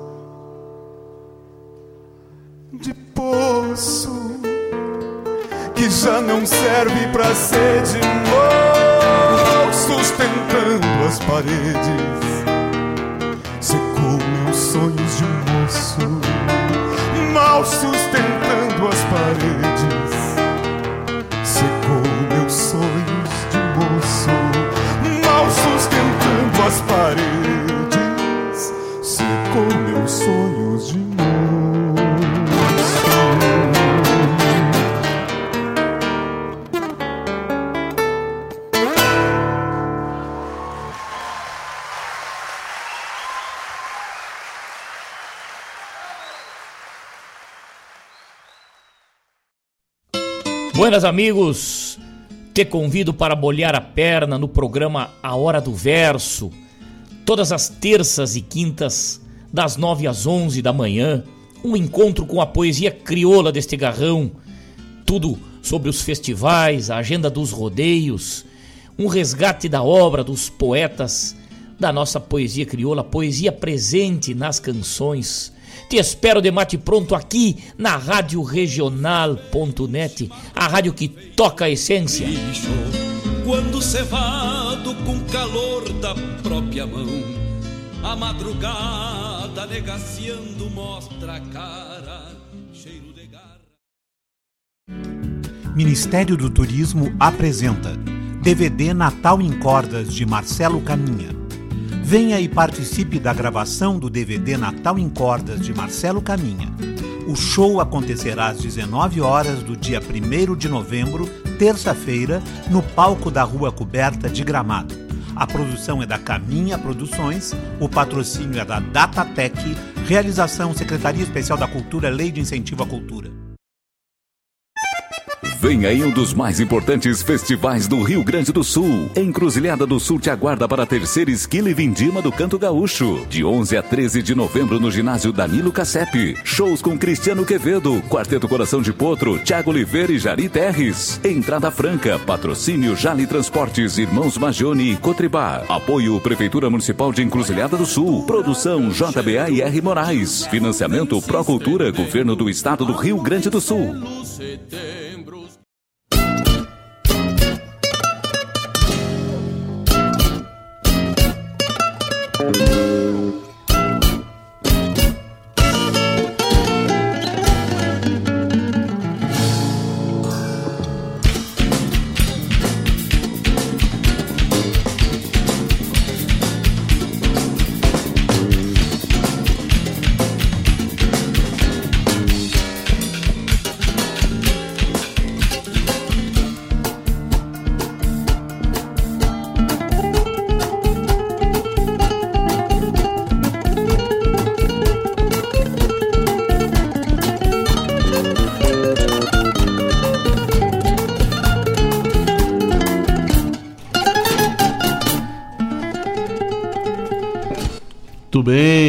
[SPEAKER 18] de poço que já não serve pra sede, mal sustentando as paredes, secou meus sonhos de moço, mal sustentando as paredes, secou meus sonhos de moço, mal sustentando as paredes, secou meus sonhos de moço.
[SPEAKER 19] Buenas amigos, te convido para molhar a perna no programa A Hora do Verso, todas as terças e quintas, das 9 às 11 da manhã, um encontro com a poesia crioula deste garrão, tudo sobre os festivais, a agenda dos rodeios, um resgate da obra dos poetas da nossa poesia crioula, poesia presente nas canções. Te espero de mate pronto aqui na Rádio Regional.net, a rádio que toca a essência.
[SPEAKER 1] Quando cevado com calor da própria mão, a madrugada negaciando mostra a cara, cheiro de garra.
[SPEAKER 14] Ministério do Turismo apresenta DVD Natal em Cordas de Marcelo Caminha. Venha e participe da gravação do DVD Natal em Cordas de Marcelo Caminha. O show acontecerá às 19 horas do dia 1º de novembro, terça-feira, no palco da Rua Coberta de Gramado. A produção é da Caminha Produções, o patrocínio é da Datatec, realização Secretaria Especial da Cultura, Lei de Incentivo à Cultura.
[SPEAKER 9] Vem aí um dos mais importantes festivais do Rio Grande do Sul. Encruzilhada do Sul te aguarda para a terceira Esquila e Vindima do Canto Gaúcho. De 11 a 13 de novembro no ginásio Danilo Cassep. Shows com Cristiano Quevedo, Quarteto Coração de Potro, Thiago Oliveira e Jari Terres. Entrada franca, patrocínio Jali Transportes, Irmãos Magione e Cotribá. Apoio Prefeitura Municipal de Encruzilhada do Sul. Produção JBA e R. Moraes. Financiamento Procultura, Governo do Estado do Rio Grande do Sul.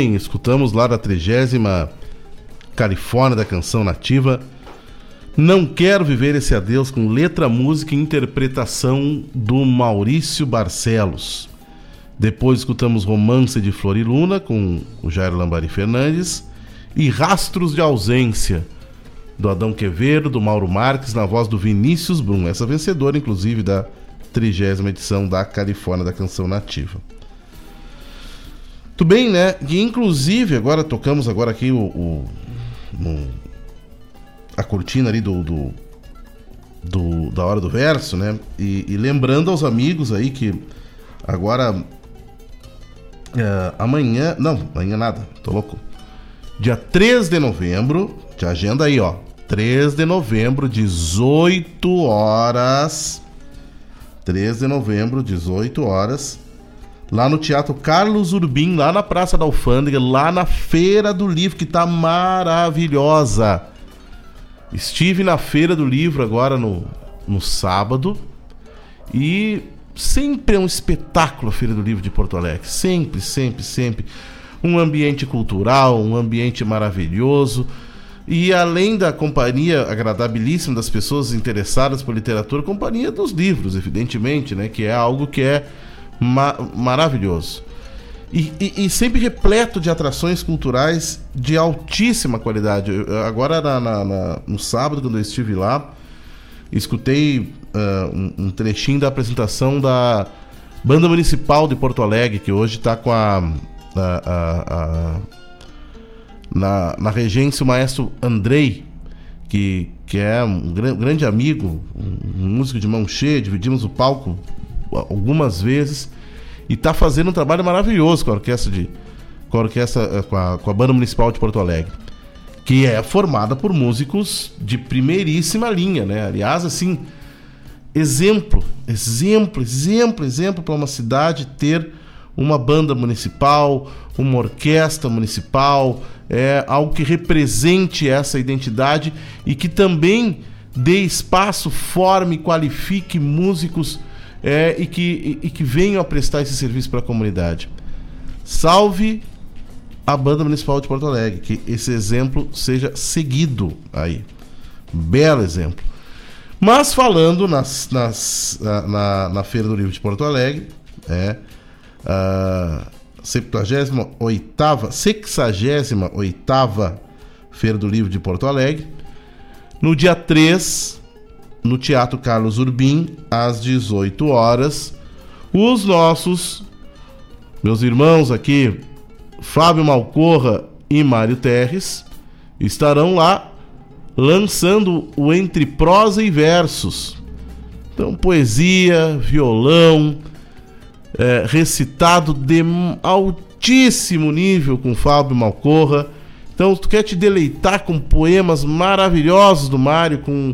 [SPEAKER 2] também escutamos lá da 30ª Califórnia da Canção Nativa, Não Quero Viver Esse Adeus, com letra, música e interpretação do Maurício Barcelos. Depois escutamos Romance de Flor e Luna, com o Jair Lambari Fernandes, e Rastros de Ausência, do Adão Quevedo, do Mauro Marques, na voz do Vinícius Brum, essa vencedora, inclusive, da 30ª edição da Califórnia da Canção Nativa. Tudo bem, né? E, inclusive, agora tocamos agora aqui a cortina ali da Hora do Verso, né? E lembrando aos amigos aí que agora amanhã nada, tô louco. Dia 3 de novembro, te agenda aí, ó. 3 de novembro, 18 horas. 3 de novembro, 18 horas. Lá no Teatro Carlos Urbim, lá na Praça da Alfândega, lá na Feira do Livro, que tá maravilhosa. Estive na Feira do Livro agora no sábado e sempre é um espetáculo a Feira do Livro de Porto Alegre. Sempre, sempre, sempre. Um ambiente cultural, um ambiente maravilhoso. E além da companhia agradabilíssima das pessoas interessadas por literatura, companhia dos livros, evidentemente, né? Que é algo que é maravilhoso. E sempre repleto de atrações culturais de altíssima qualidade. Agora no sábado, quando eu estive lá, escutei um trechinho da apresentação da Banda Municipal de Porto Alegre, que hoje está com na regência o maestro Andrei, que é um grande amigo, um músico de mão cheia. Dividimos o palco algumas vezes e está fazendo um trabalho maravilhoso com a Banda Municipal de Porto Alegre, que é formada por músicos de primeiríssima linha, né? Aliás, assim, exemplo para uma cidade ter uma banda municipal, uma orquestra municipal, algo que represente essa identidade e que também dê espaço, forme, qualifique músicos e que venham a prestar esse serviço para a comunidade. Salve a Banda Municipal de Porto Alegre, que esse exemplo seja seguido aí. Belo exemplo. Mas falando na Feira do Livro de Porto Alegre, a 68ª Feira do Livro de Porto Alegre, no dia 3, no Teatro Carlos Urbim, às 18 horas, os meus irmãos aqui, Fábio Malcorra e Mário Terres, estarão lá lançando o Entre Prosa e Versos. Então, poesia, violão, recitado de altíssimo nível com Fábio Malcorra. Então, se tu quer te deleitar com poemas maravilhosos do Mário, com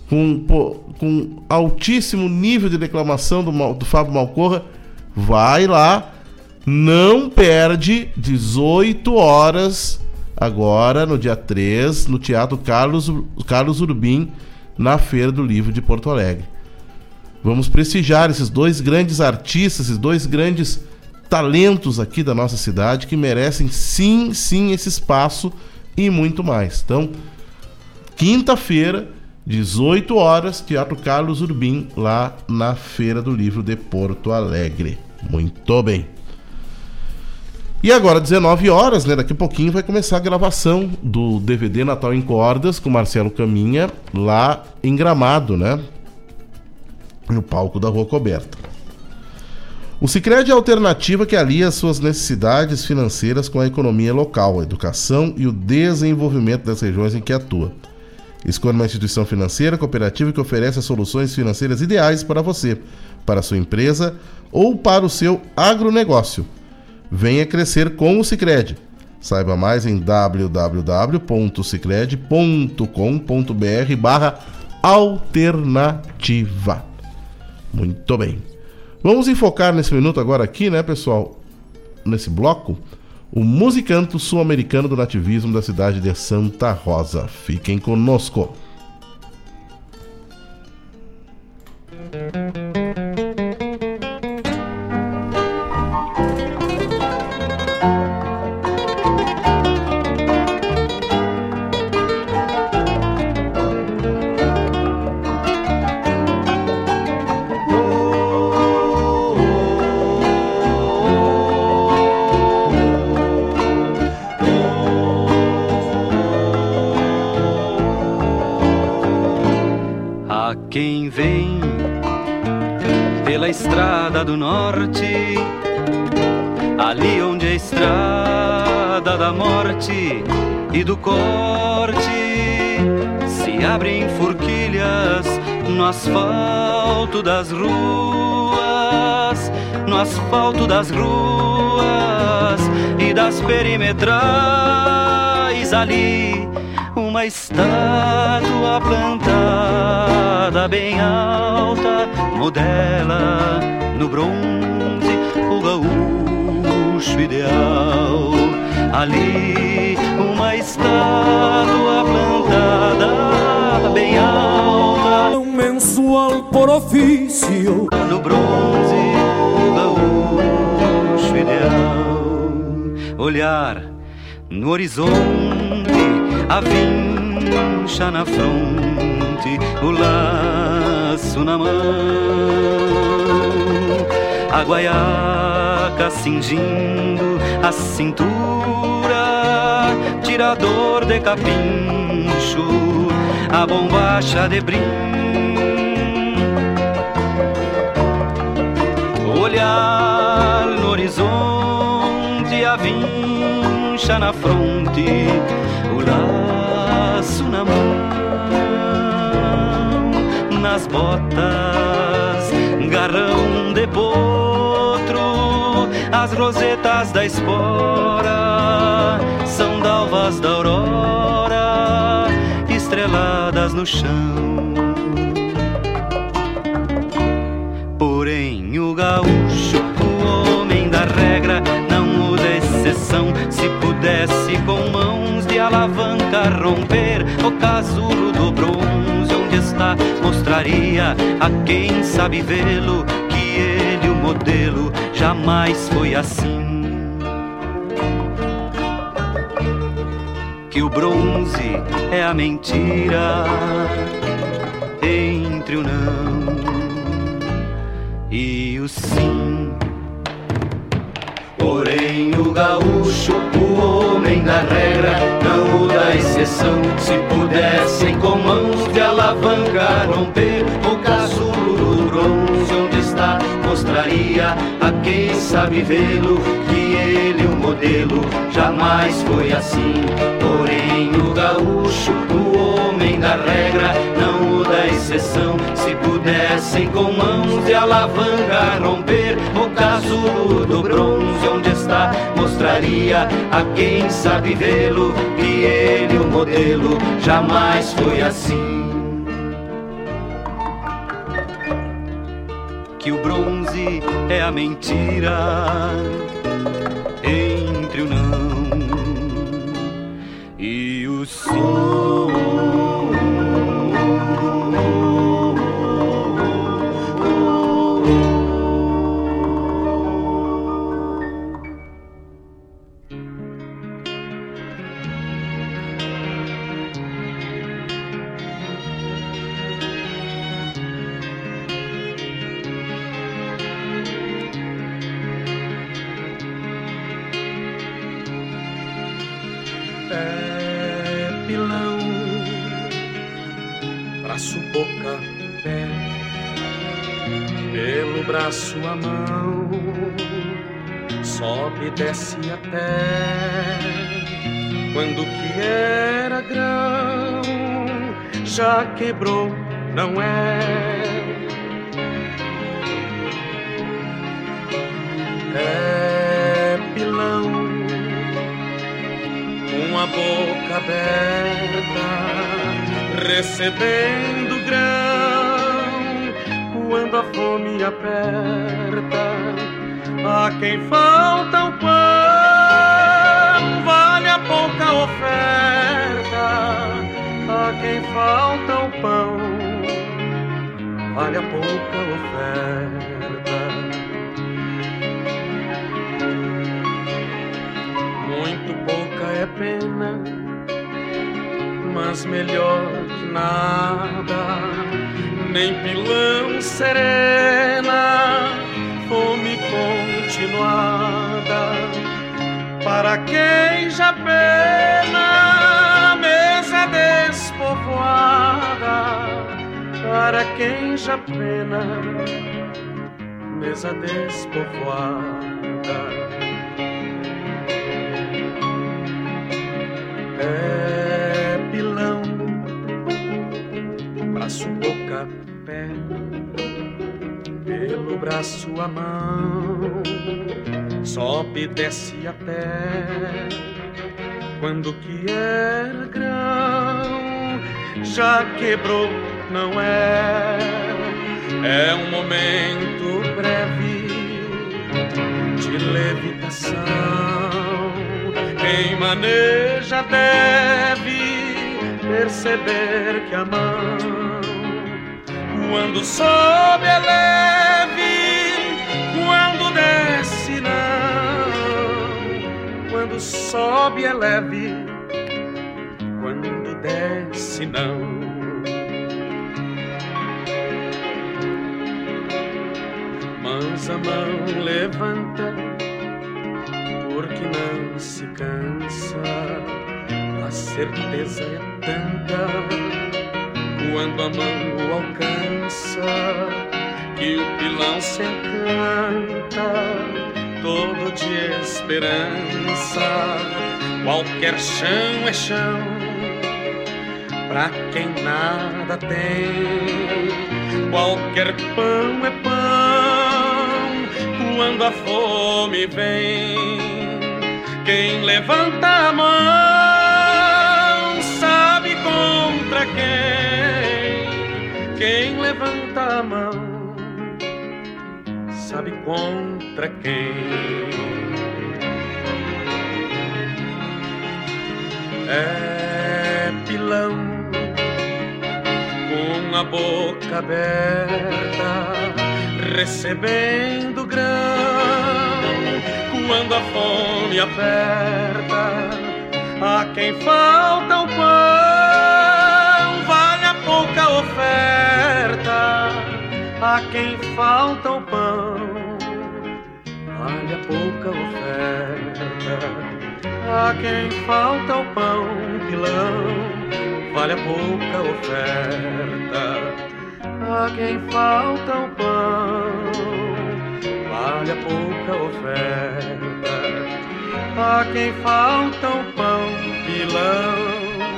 [SPEAKER 2] altíssimo nível de declamação do Fábio Malcorra, vai lá, não perde. 18 horas agora, no dia 3, no Teatro Carlos Urbim, na Feira do Livro de Porto Alegre. Vamos prestigiar esses dois grandes artistas, esses dois grandes talentos aqui da nossa cidade, que merecem sim esse espaço e muito mais. Então, quinta-feira, 18 horas, Teatro Carlos Urbim, lá na Feira do Livro de Porto Alegre. Muito bem. E agora, 19 horas, né? Daqui a pouquinho vai começar a gravação do DVD Natal em Cordas com Marcelo Caminha, lá em Gramado, né? No palco da Rua Coberta. O Sicredi é a alternativa que alia as suas necessidades financeiras com a economia local, a educação e o desenvolvimento das regiões em que atua. Escolha uma instituição financeira cooperativa que oferece as soluções financeiras ideais para você, para a sua empresa ou para o seu agronegócio. Venha crescer com o Sicredi. Saiba mais em www.sicredi.com.br/alternativa. Muito bem. Vamos enfocar nesse minuto agora aqui, né, pessoal? Nesse bloco, o musicanto sul-americano do nativismo da cidade de Santa Rosa. Fiquem conosco.
[SPEAKER 20] Quem vem pela estrada do norte, ali onde é a estrada da morte e do corte, se abrem forquilhas no asfalto das ruas, no asfalto das ruas e das perimetrais, ali uma estátua plantada bem alta modela no bronze o gaúcho ideal. Ali uma estátua plantada bem alta,
[SPEAKER 16] um mensual por ofício,
[SPEAKER 20] no bronze o gaúcho ideal. Olhar no horizonte, a vincha na fronte, o laço na mão, a guaiaca cingindo a cintura, tirador de capincho, a bombacha de brim. Olhar no horizonte, a vincha na fronte, o laço na mão, nas botas, garrão de potro, as rosetas da espora são dalvas da aurora, estreladas no chão. Porém o gaúcho, o homem da regra, não muda exceção. Se pudesse com mãos de alavanca romper o casulo do bronze onde está, mostraria a quem sabe vê-lo que ele, o modelo, jamais foi assim. Que o bronze é a mentira entre o não e o sim. Porém o gaúcho, o homem da regra, não muda a exceção. Se pudessem com mãos de alavanca romper o casulo do bronze onde está, mostraria a quem sabe vê-lo que ele, o modelo, jamais foi assim. Porém o gaúcho, o homem da regra, não muda a exceção. Se pudessem com mãos de alavanca romper o casulo do bronze onde está, mostraria a quem sabe vê-lo que ele, o modelo, jamais foi assim. Que o bronze é a mentira entre o não e o sim.
[SPEAKER 21] Pilão, braço, boca, pé, pelo braço a mão, sobe e desce até quando que era grão, já quebrou, não é? É pilão, com a boca aberta, recebendo grão, quando a fome aperta, a quem falta o pão, vale a pouca oferta, a quem falta o pão, vale a pouca oferta. Muito pouco nunca é pena, mas melhor que nada, nem pilão serena, fome continuada, para quem já pena, mesa despovoada, para quem já pena, mesa despovoada. É pilão, braço, boca, pé, pelo braço a mão, sobe e desce a pé, quando que era grão, já quebrou, não é, é um momento breve de levitação, quem maneja deve perceber que a mão, quando sobe é leve, quando desce não, quando sobe é leve, quando desce não. Mas a mão levanta, porque não se cansa, a certeza é tanta, quando a mão o alcança, que o pilão se encanta, todo de esperança, qualquer chão é chão, pra quem nada tem, qualquer pão é pão, quando a fome vem, quem levanta a mão sabe contra quem levanta a mão sabe contra quem. É pilão com a boca aberta, recebendo grão, quando a fome aperta, a quem falta o pão, vale a pouca oferta, a quem falta o pão, vale a pouca oferta, a quem falta o pão, pilão, vale a pouca oferta, a quem falta o pão, vale a pouca oferta, a quem falta o pão, pilão.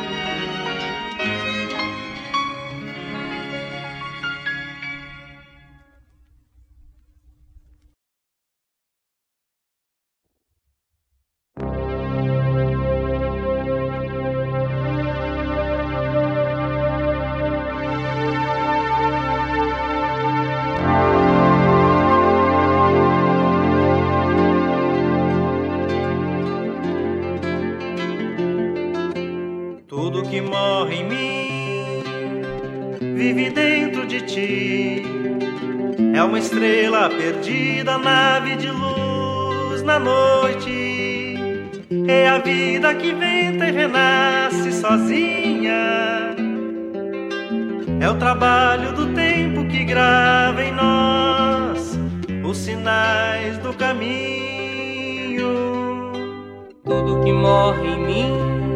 [SPEAKER 4] Estrela perdida, nave de luz na noite. É a vida que venta e renasce sozinha. É o trabalho do tempo que grava em nós os sinais do caminho.
[SPEAKER 12] Tudo que morre em mim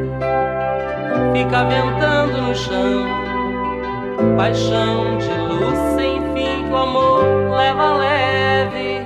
[SPEAKER 12] fica ventando no chão. Paixão de luz sem fim que o amor leva leve.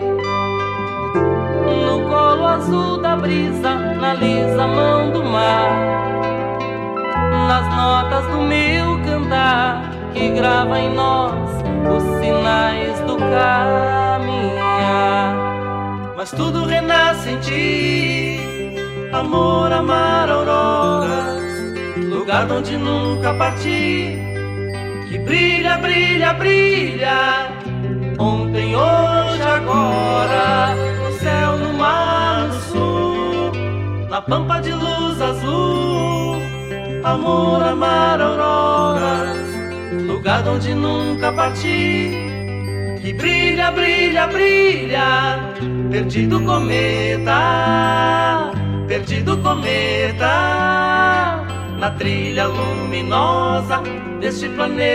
[SPEAKER 12] No colo azul da brisa, na lisa mão do mar, nas notas do meu cantar que grava em nós os sinais do caminhar.
[SPEAKER 4] Mas tudo renasce em ti, amor, amar auroras, lugar onde nunca parti, que brilha, brilha, brilha, ontem, hoje, agora, no céu, no mar, no sul, na pampa de luz azul, amor, amar auroras, lugar onde nunca parti, que brilha, brilha, brilha, perdido cometa, perdido cometa, na trilha luminosa deste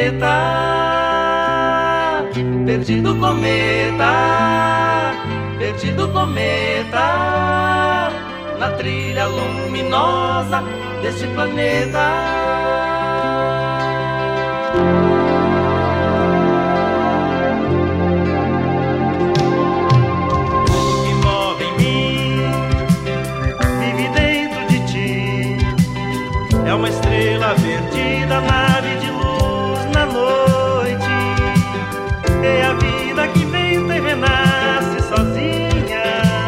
[SPEAKER 4] planeta. Perdido cometa, perdido cometa, na trilha luminosa deste planeta. Tudo que move em mim vive dentro de ti. É uma estrela perdida, nave de luz na noite. É a vida que venta e renasce sozinha.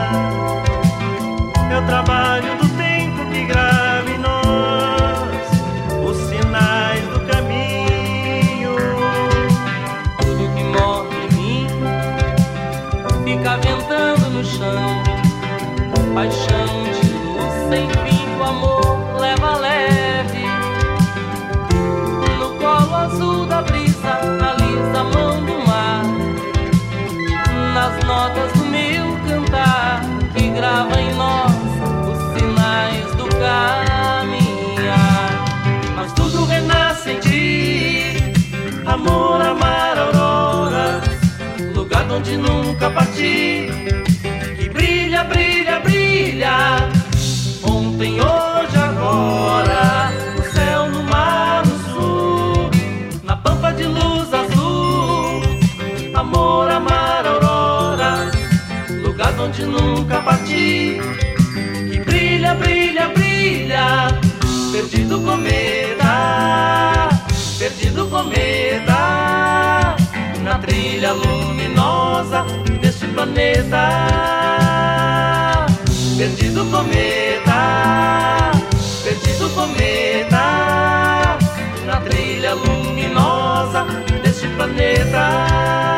[SPEAKER 4] É o trabalho do tempo que grava em nós os sinais do caminho. Tudo que morre em mim fica ventando no chão. Paixão de luz sem fim, o amor leva leve. No colo azul da brisa, alisa a mão do mar. Nas notas do meu cantar, que grava em nós os sinais do caminhar. Mas tudo renasce em ti, amor, amar auroras, lugar onde nunca parti, que brilha, brilha, brilha, ontem, hoje, agora, no céu, no mar, no sul, na pampa de luz azul, amor, amar auroras, lugar onde nunca parti, que brilha, brilha, brilha, perdido cometa, perdido cometa, na trilha luminosa deste planeta. Perdido cometa, perdido cometa, na trilha luminosa deste planeta.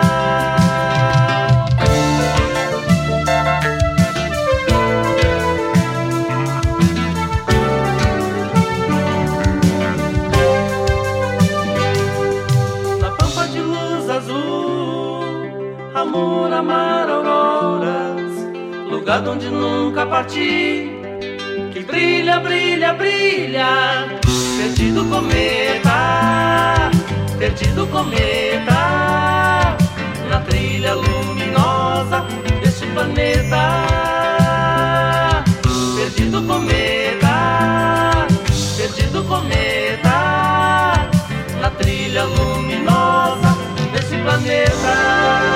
[SPEAKER 4] Amor, amar auroras, lugar onde nunca parti, que brilha, brilha, brilha, perdido cometa, perdido cometa, na trilha luminosa deste planeta. Perdido cometa, perdido cometa, na trilha luminosa deste planeta.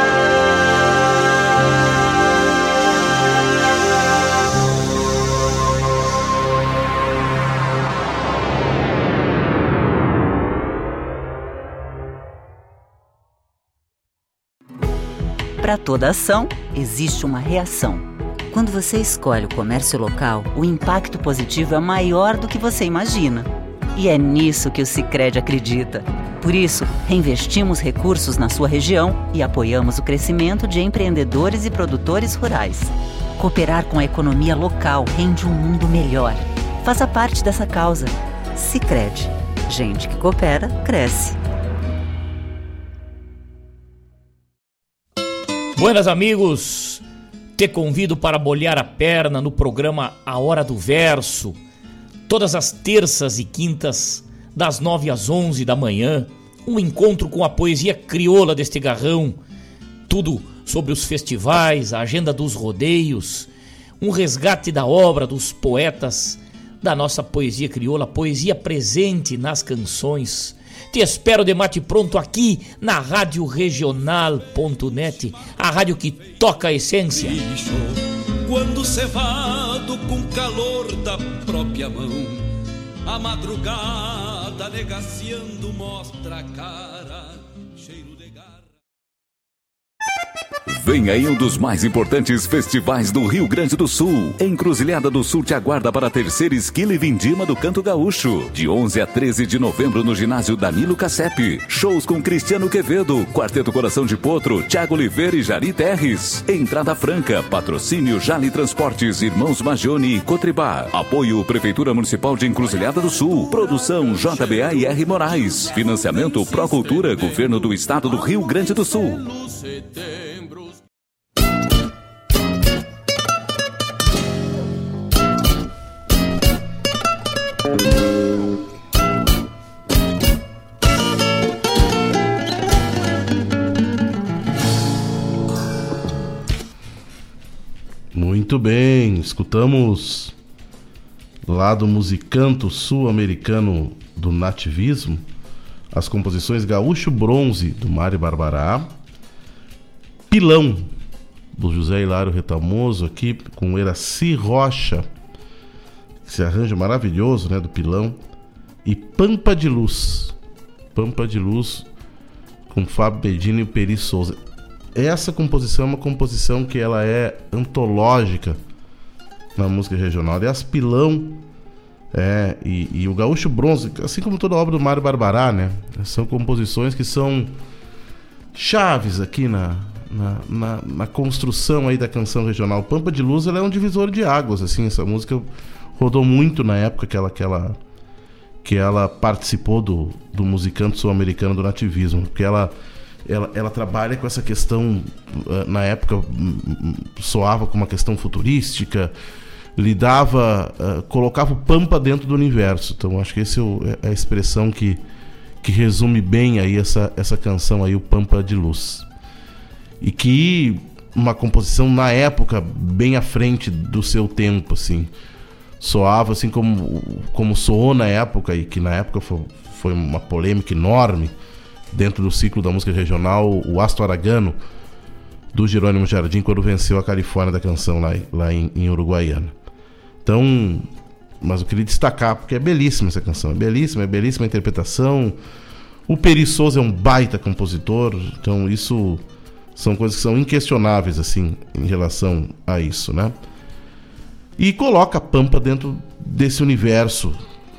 [SPEAKER 13] Para toda ação, existe uma reação. Quando você escolhe o comércio local, o impacto positivo é maior do que você imagina. E é nisso que o Sicredi acredita. Por isso, reinvestimos recursos na sua região e apoiamos o crescimento de empreendedores e produtores rurais. Cooperar com a economia local rende um mundo melhor. Faça parte dessa causa. Sicredi. Gente que coopera, cresce.
[SPEAKER 19] Buenas amigos, te convido para molhar a perna no programa A Hora do Verso, todas as terças e quintas, das 9 às 11 da manhã, um encontro com a poesia crioula deste garrão, tudo sobre os festivais, a agenda dos rodeios, um resgate da obra dos poetas da nossa poesia crioula, poesia presente nas canções. Te espero de mate pronto aqui na Rádio Regional.net, a rádio que toca a essência.
[SPEAKER 11] Quando cevado com calor da própria mão, a madrugada negaciando mostra a cara, cheiro de garra.
[SPEAKER 9] Vem aí um dos mais importantes festivais do Rio Grande do Sul. Encruzilhada do Sul te aguarda para a terceira Esquila e Vindima do Canto Gaúcho. De 11 a 13 de novembro no ginásio Danilo Cassep. Shows com Cristiano Quevedo, Quarteto Coração de Potro, Thiago Oliveira e Jari Terres. Entrada franca, patrocínio Jali Transportes, Irmãos Magione e Cotribá. Apoio Prefeitura Municipal de Encruzilhada do Sul. Produção JBA e R. Moraes. Financiamento Procultura, Governo do Estado do Rio Grande do Sul.
[SPEAKER 2] Muito bem, escutamos lá do Musicanto Sul-Americano do Nativismo as composições Gaúcho Bronze, do Mário Barbará, Pilão, do José Hilário Retamoso, aqui com Eraci Rocha, esse arranjo maravilhoso, né, do Pilão, e Pampa de Luz com Fábio Bedini e o Peri Souza. Essa composição é uma composição que ela é antológica na música regional. Aliás, Pilão e o Gaúcho Bronze, assim como toda a obra do Mário Barbará, né? São composições que são chaves aqui na construção aí da canção regional. Pampa de Luz, ela é um divisor de águas, assim. Essa música rodou muito na época que ela participou do Musicanto Sul-Americano do Nativismo, porque ela trabalha com essa questão, na época soava com uma questão futurística, colocava o Pampa dentro do universo. Então acho que essa é a expressão que resume bem aí essa canção aí, o Pampa de Luz. E que uma composição na época bem à frente do seu tempo, assim. Soava assim como soou na época, e que na época foi uma polêmica enorme dentro do ciclo da música regional, o Asto Aragano, do Jerônimo Jardim, quando venceu a Califórnia da canção lá em Uruguaiana. Então, mas eu queria destacar, porque é belíssima essa canção, é belíssima a interpretação. O Peri Souza é um baita compositor, então isso são coisas que são inquestionáveis, assim, em relação a isso, né? E coloca a Pampa dentro desse universo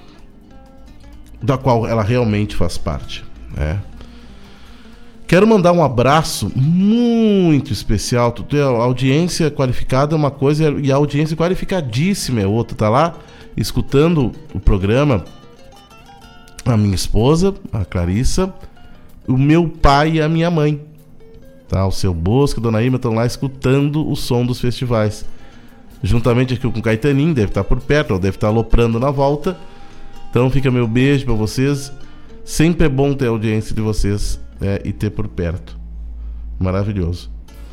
[SPEAKER 2] da qual ela realmente faz parte, né? Quero mandar um abraço muito especial. A audiência qualificada é uma coisa e a audiência qualificadíssima é outra. Tá lá escutando o programa a minha esposa, a Clarissa, o meu pai e a minha mãe. Tá? O seu Bosco, a Dona Irma estão lá escutando o som dos festivais. Juntamente aqui com o Caetaninho, deve estar por perto, ou deve estar aloprando na volta. Então fica meu beijo para vocês. Sempre é bom ter a audiência de vocês. E ter por perto. Maravilhoso.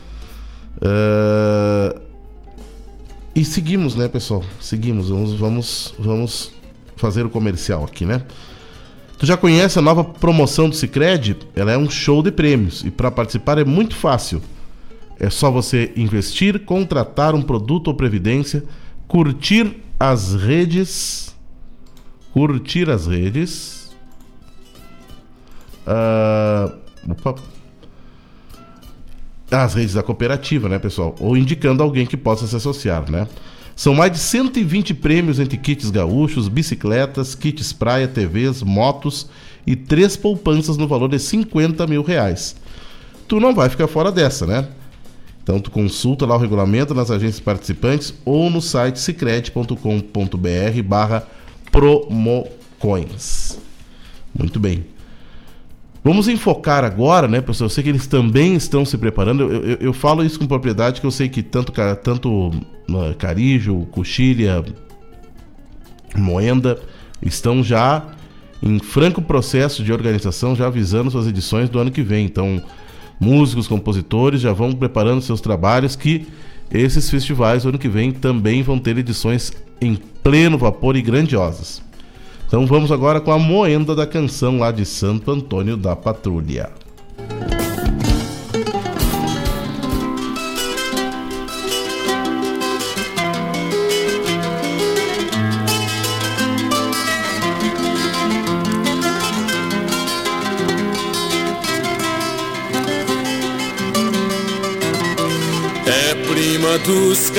[SPEAKER 2] E seguimos, né, pessoal? Seguimos. Vamos fazer o comercial aqui, né? Tu já conhece a nova promoção do Sicredi? Ela é um show de prêmios. E para participar é muito fácil. É só você investir, contratar um produto ou previdência, curtir as redes. As redes da cooperativa, né, pessoal? Ou indicando alguém que possa se associar, né? São mais de 120 prêmios entre kits gaúchos, bicicletas, kits praia, TVs, motos e 3 poupanças no valor de R$50 mil. Tu não vai ficar fora dessa, né? Então tu consulta lá o regulamento nas agências participantes ou no site sicredi.com.br/promocoins. Muito bem. Vamos enfocar agora, né, pessoal? Eu sei que eles também estão se preparando. Eu falo isso com propriedade, que eu sei que tanto Carijo, Coxilha, Moenda estão já em franco processo de organização, já avisando suas edições do ano que vem. Então, músicos, compositores já vão preparando seus trabalhos, que esses festivais do ano que vem também vão ter edições em pleno vapor e grandiosas. Então vamos agora com a Moenda da Canção lá de Santo Antônio da Patrulha.
[SPEAKER 17] É prima dos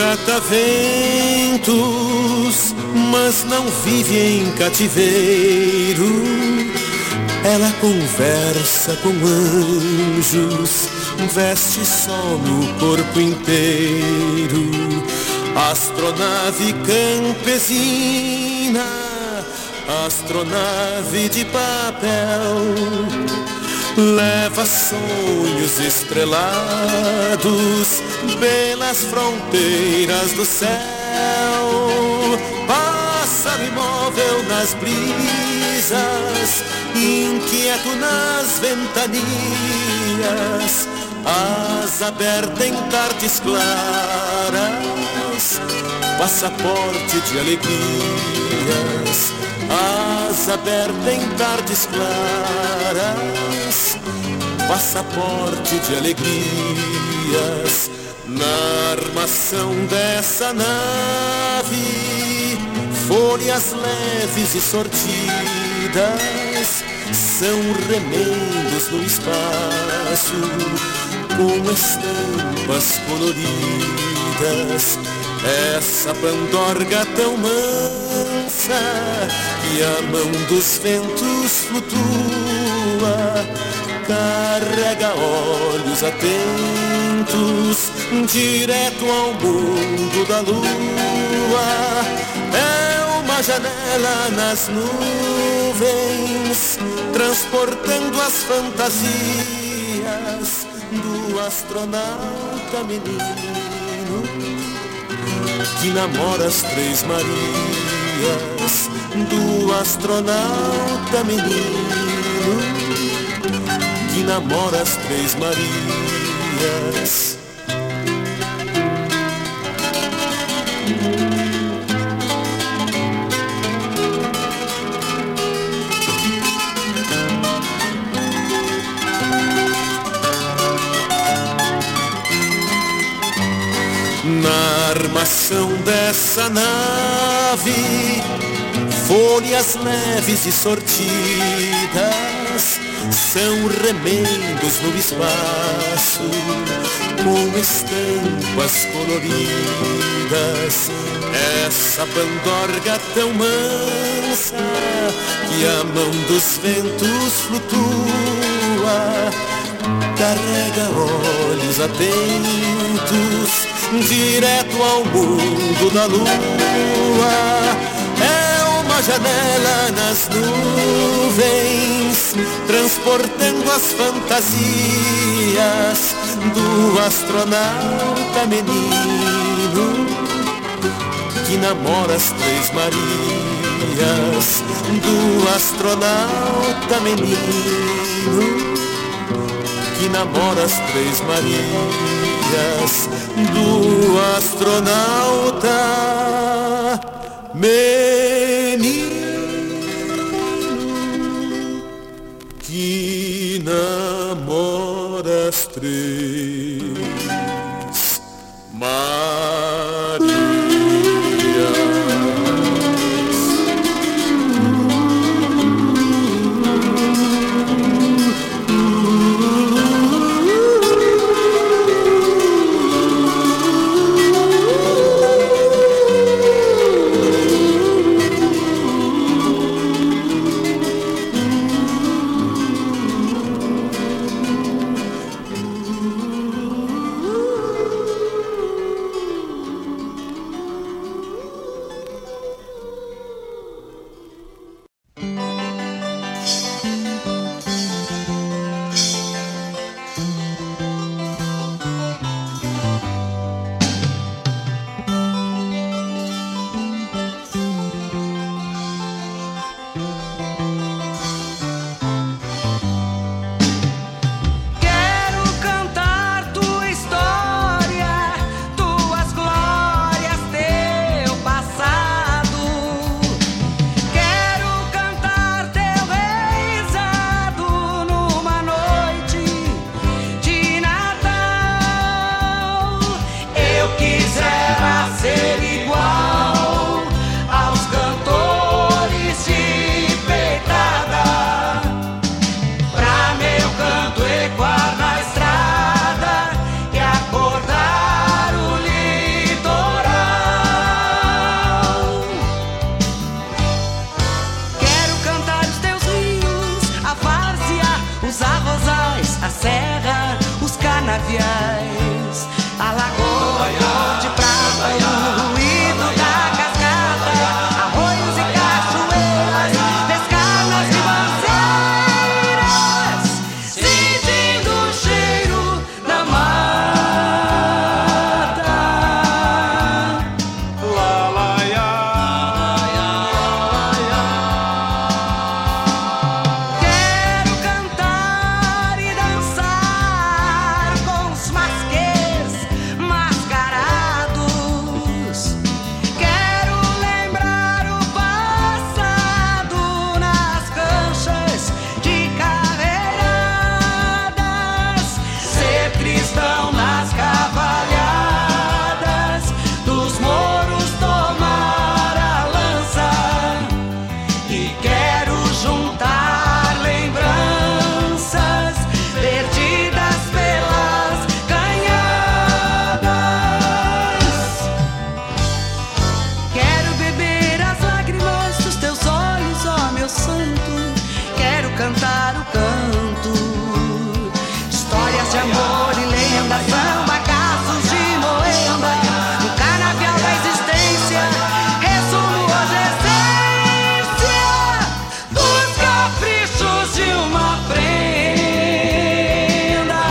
[SPEAKER 17] cataventos, mas não vive em cativeiro. Ela conversa com anjos, veste sol no corpo inteiro. Astronave campesina, astronave de papel, leva sonhos estrelados pelas fronteiras do céu. Passa
[SPEAKER 5] pássaro imóvel nas brisas, inquieto nas ventanias, asa aberta em tardes claras, passaporte de alegrias, asa aberta em tardes claras, passaporte de alegrias. Na armação dessa nave, folhas leves e sortidas são remendos no espaço, com estampas coloridas. Essa pandorga tão mansa que a mão dos ventos flutua, carrega olhos atentos direto ao mundo da lua. É uma janela nas nuvens, transportando as fantasias do astronauta menino que namora as Três Marias, do astronauta menino que namora as Três Marias. Na armação dessa nave, folhas leves e sortidas são remendos no espaço, com estampas coloridas. Essa pandorga tão mansa que a mão dos ventos flutua, carrega olhos atentos direto ao mundo da lua. É uma janela nas nuvens, transportando as fantasias do astronauta menino que namora as Três Marias, do astronauta menino que namora as Três Marias, do astronauta menino que namora as Três Marias.
[SPEAKER 22] A lagoa de prata, o ruído da cascata, arroios e cachoeiras, descanas e manceiras, sentindo o cheiro da mata. La la ya,
[SPEAKER 6] cantar o canto. Histórias de amor e lendas são bagaços de moenda. No canavial da existência resumo hoje a essência dos caprichos de uma prenda.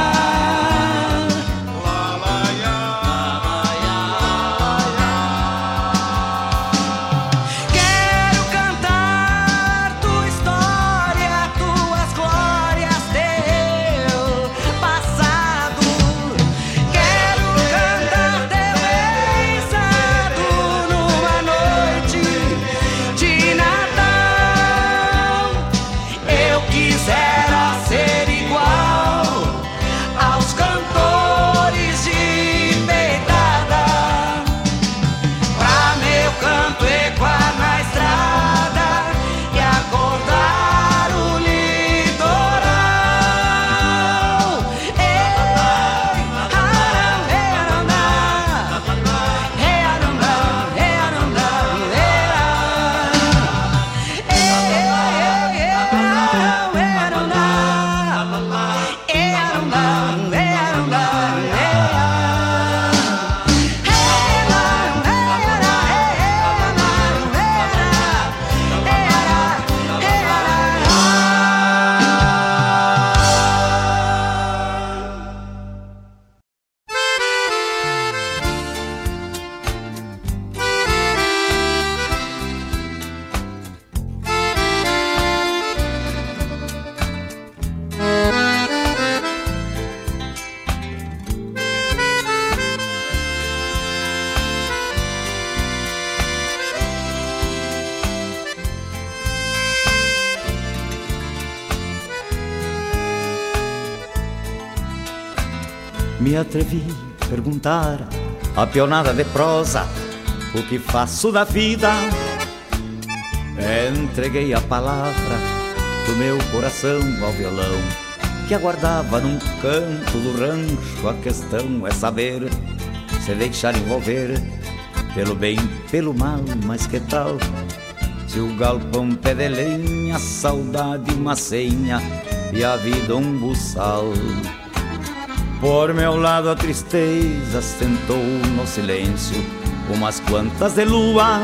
[SPEAKER 6] Quero cantar tua história, tuas glórias, teu passado. Quero cantar teu reisado numa noite de Natal. Eu quisera ser igual aos cantores de peitada, pra meu canto ecoar na estrada e acordar o litoral. Ei, arandá, arandá, arandá, arandá,
[SPEAKER 7] Me atrevi a perguntar a peonada de prosa o que faço da vida. Entreguei a palavra do meu coração ao violão, que aguardava num canto do rancho. A questão é saber se deixar envolver pelo bem, pelo mal, mas que tal se o galpão pede lenha, a saudade uma senha e a vida um buçal. Por meu lado a tristeza sentou no silêncio umas quantas de lua,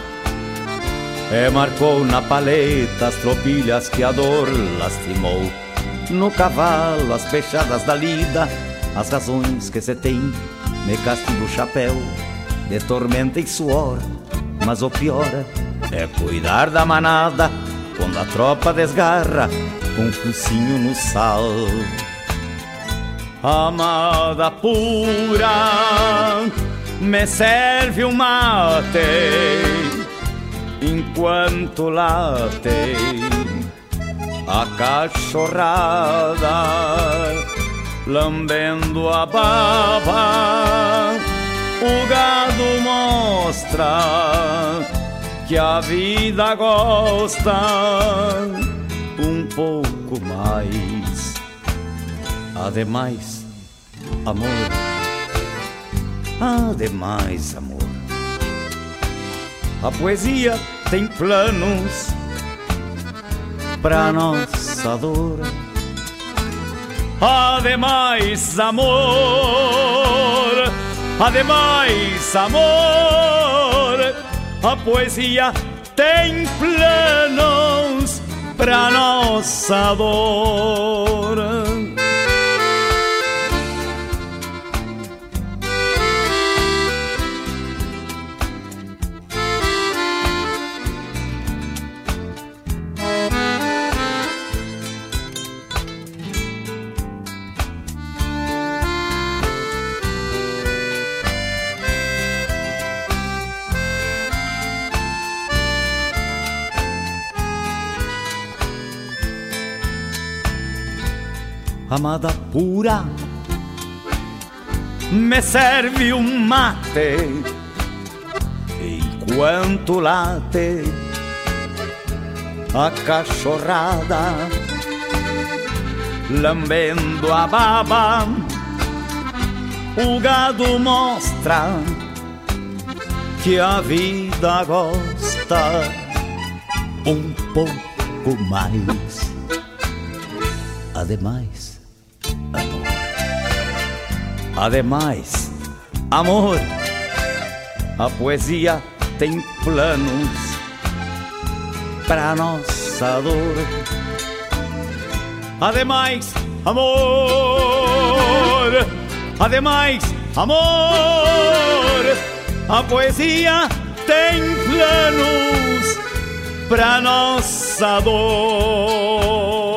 [SPEAKER 7] e marcou na paleta as tropilhas que a dor lastimou. No cavalo as fechadas da lida, as razões que se tem, me castigo o chapéu de tormenta e suor. Mas o pior é cuidar da manada quando a tropa desgarra com um focinho no sal. Amada pura, me serve um mate enquanto late a cachorrada, lambendo a baba. O gado mostra que a vida gosta um pouco mais. Ademais, amor, ademais, amor. A poesia tem planos pra nossa dor. Ademais, amor, ademais, amor. A poesia tem planos pra nossa dor. Amada pura, me serve um mate enquanto late a cachorrada, lambendo a baba. O gado mostra que a vida gosta um pouco mais. Ademais, amor. Ademais, amor. A poesia tem planos pra nossa dor. Ademais, amor. Ademais, amor. A poesia tem planos pra nossa dor.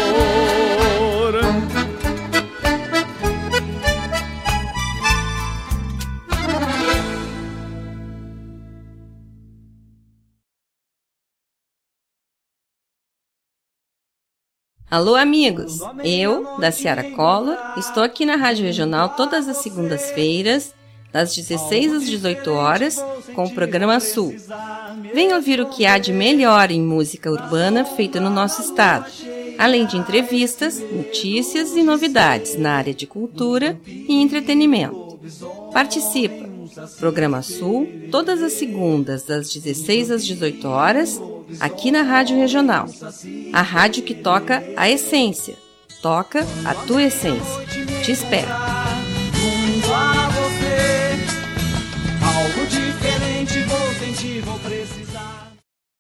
[SPEAKER 8] Alô, amigos! Eu, da Ciara Collor, estou aqui na Rádio Regional todas as segundas-feiras, das 16 às 18 horas, com o programa Sul. Venha ouvir o que há de melhor em música urbana feita no nosso estado, além de entrevistas, notícias e novidades na área de cultura e entretenimento. Participa! Programa Sul, todas as segundas, das 16 às 18 horas, aqui na Rádio Regional. A rádio que toca a essência. Toca a tua essência. Te espero.
[SPEAKER 6] Junto a você, algo diferente vou sentir, vou precisar.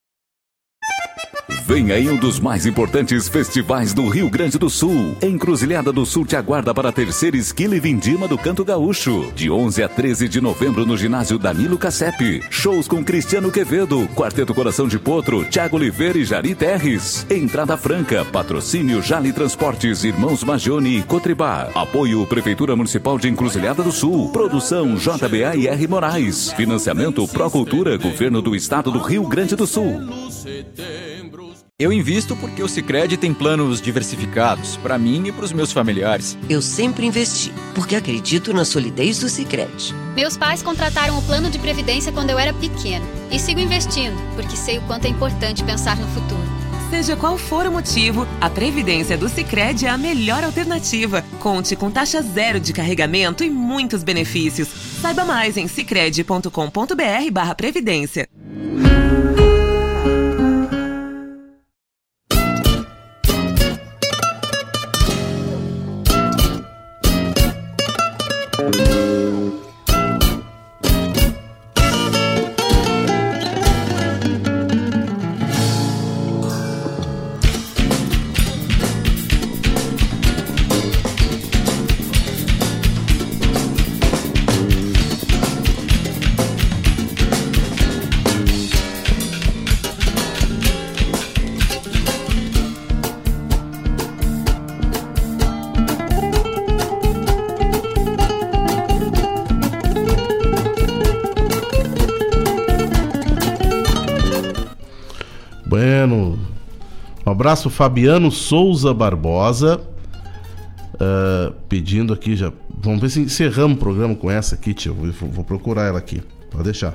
[SPEAKER 9] Vem aí um dos mais importantes festivais do Rio Grande do Sul. Encruzilhada do Sul te aguarda para a terceira Esquila e Vindima do Canto Gaúcho. De 11 a 13 de novembro no ginásio Danilo Cassep. Shows com Cristiano Quevedo, Quarteto Coração de Potro, Thiago Oliveira e Jari Terres. Entrada franca, patrocínio Jali Transportes, Irmãos Magione e Cotribá. Apoio Prefeitura Municipal de Encruzilhada do Sul. Produção JBA e R. Moraes. Financiamento Procultura, Governo do Estado do Rio Grande do Sul.
[SPEAKER 10] Eu invisto porque o Sicredi tem planos diversificados, para mim e para os meus familiares.
[SPEAKER 23] Eu sempre investi, porque acredito na solidez do Sicredi.
[SPEAKER 24] Meus pais contrataram o plano de previdência quando eu era pequeno. E sigo investindo, porque sei o quanto é importante pensar no futuro.
[SPEAKER 25] Seja qual for o motivo, a Previdência do Sicredi é a melhor alternativa. Conte com taxa zero de carregamento e muitos benefícios. Saiba mais em sicredi.com.br/previdência.
[SPEAKER 2] Bueno, um abraço Fabiano Souza Barbosa, pedindo aqui já, vamos ver se encerramos o programa com essa aqui, tio, vou procurar ela aqui, pode deixar.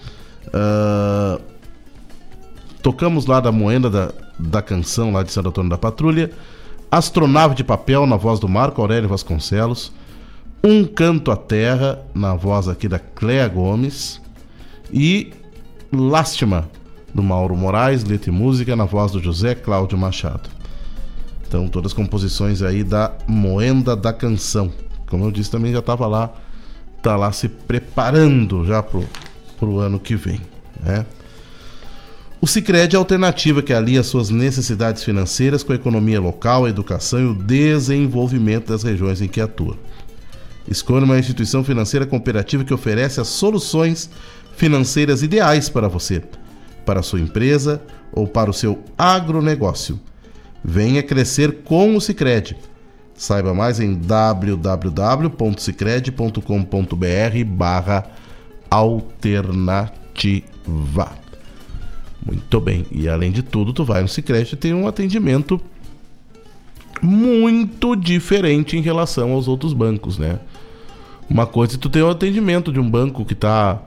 [SPEAKER 2] Tocamos lá da Moenda da Canção, lá de Santo Antônio da Patrulha, Astronave de Papel, na voz do Marco Aurélio Vasconcelos, Um Canto à Terra, na voz aqui da Cléa Gomes, e Lástima, do Mauro Moraes, letra e música, na voz do José Cláudio Machado. Então, todas as composições aí da Moenda da Canção. Como eu disse, também já estava lá, tá lá se preparando já pro ano que vem, né? O Sicredi é a alternativa que alia suas necessidades financeiras com a economia local, a educação e o desenvolvimento das regiões em que atua. Escolha uma instituição financeira cooperativa que oferece as soluções financeiras ideais para você, para a sua empresa ou para o seu agronegócio. Venha crescer com o Sicredi. Saiba mais em www.sicredi.com.br/alternativa. Muito bem. E além de tudo, tu vai no Sicredi e tem um atendimento muito diferente em relação aos outros bancos, né? Uma coisa é tu ter o atendimento de um banco que está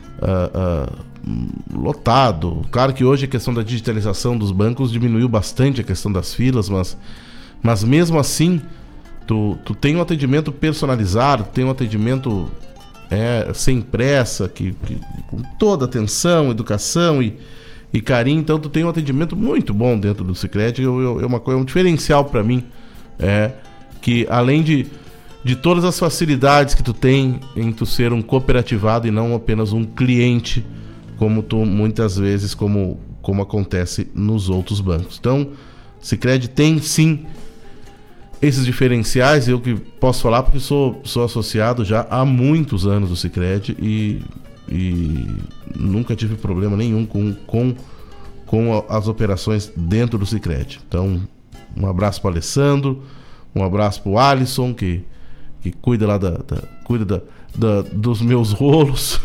[SPEAKER 2] lotado. Claro que hoje a questão da digitalização dos bancos diminuiu bastante a questão das filas, mas mesmo assim tu tem um atendimento personalizado, tem um atendimento sem pressa, com toda atenção, educação e carinho. Então tu tem um atendimento muito bom dentro do Sicredi. É um diferencial para mim que além de todas as facilidades que tu tem em tu ser um cooperativado e não apenas um cliente, como tu muitas vezes, como acontece nos outros bancos. Então, Sicredi tem sim esses diferenciais. Eu que posso falar porque sou associado já há muitos anos do Sicredi e nunca tive problema nenhum com as operações dentro do Sicredi. Então, um abraço para o Alessandro, um abraço para o Alisson, que cuida lá dos meus rolos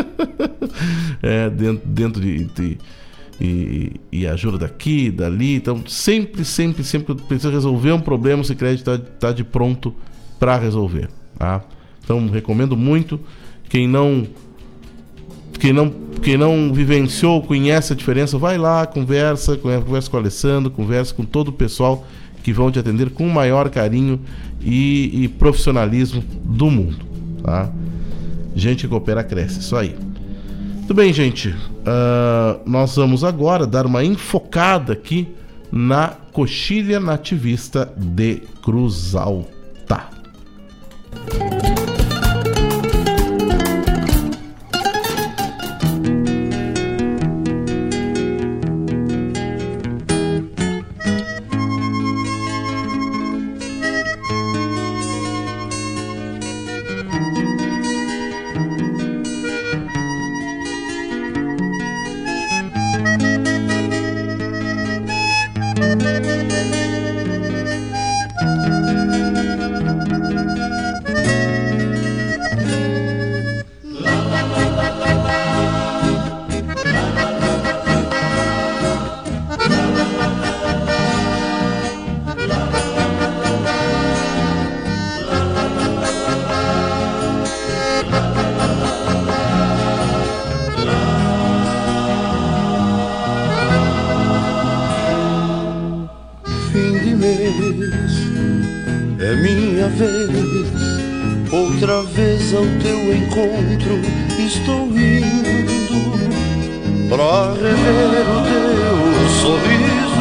[SPEAKER 2] dentro de e ajuda daqui, dali. Então sempre que precisa resolver um problema, o Sicredi tá de pronto para resolver, tá? Então recomendo muito. Quem não vivenciou, conhece a diferença, vai lá, conversa com o Alessandro, conversa com todo o pessoal que vão te atender com o maior carinho e profissionalismo do mundo, tá? Gente que coopera cresce, isso aí. Muito bem, gente, nós vamos agora dar uma enfocada aqui na coxilha nativista de Cruz Alta.
[SPEAKER 16] É minha vez, outra vez ao teu encontro estou indo, pra rever o teu sorriso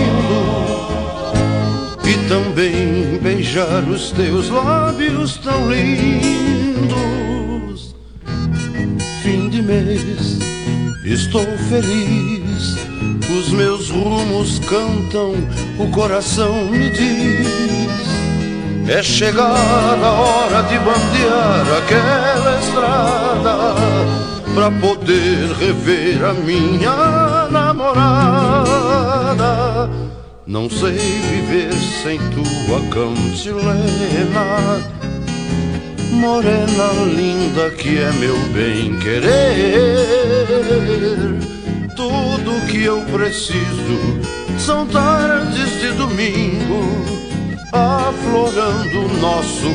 [SPEAKER 16] infindo e também beijar os teus lábios tão lindos. Fim de mês, estou feliz, os meus rumos cantam, o coração me diz: é chegada a hora de bandear aquela estrada pra poder rever a minha namorada. Não sei viver sem tua cantilena, morena linda que é meu bem querer. Tudo que eu preciso são tardes de domingo, aflorando nosso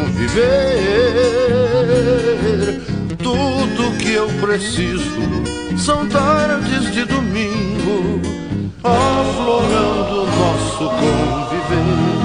[SPEAKER 16] conviver. Tudo que eu preciso são tardes de domingo, aflorando nosso conviver.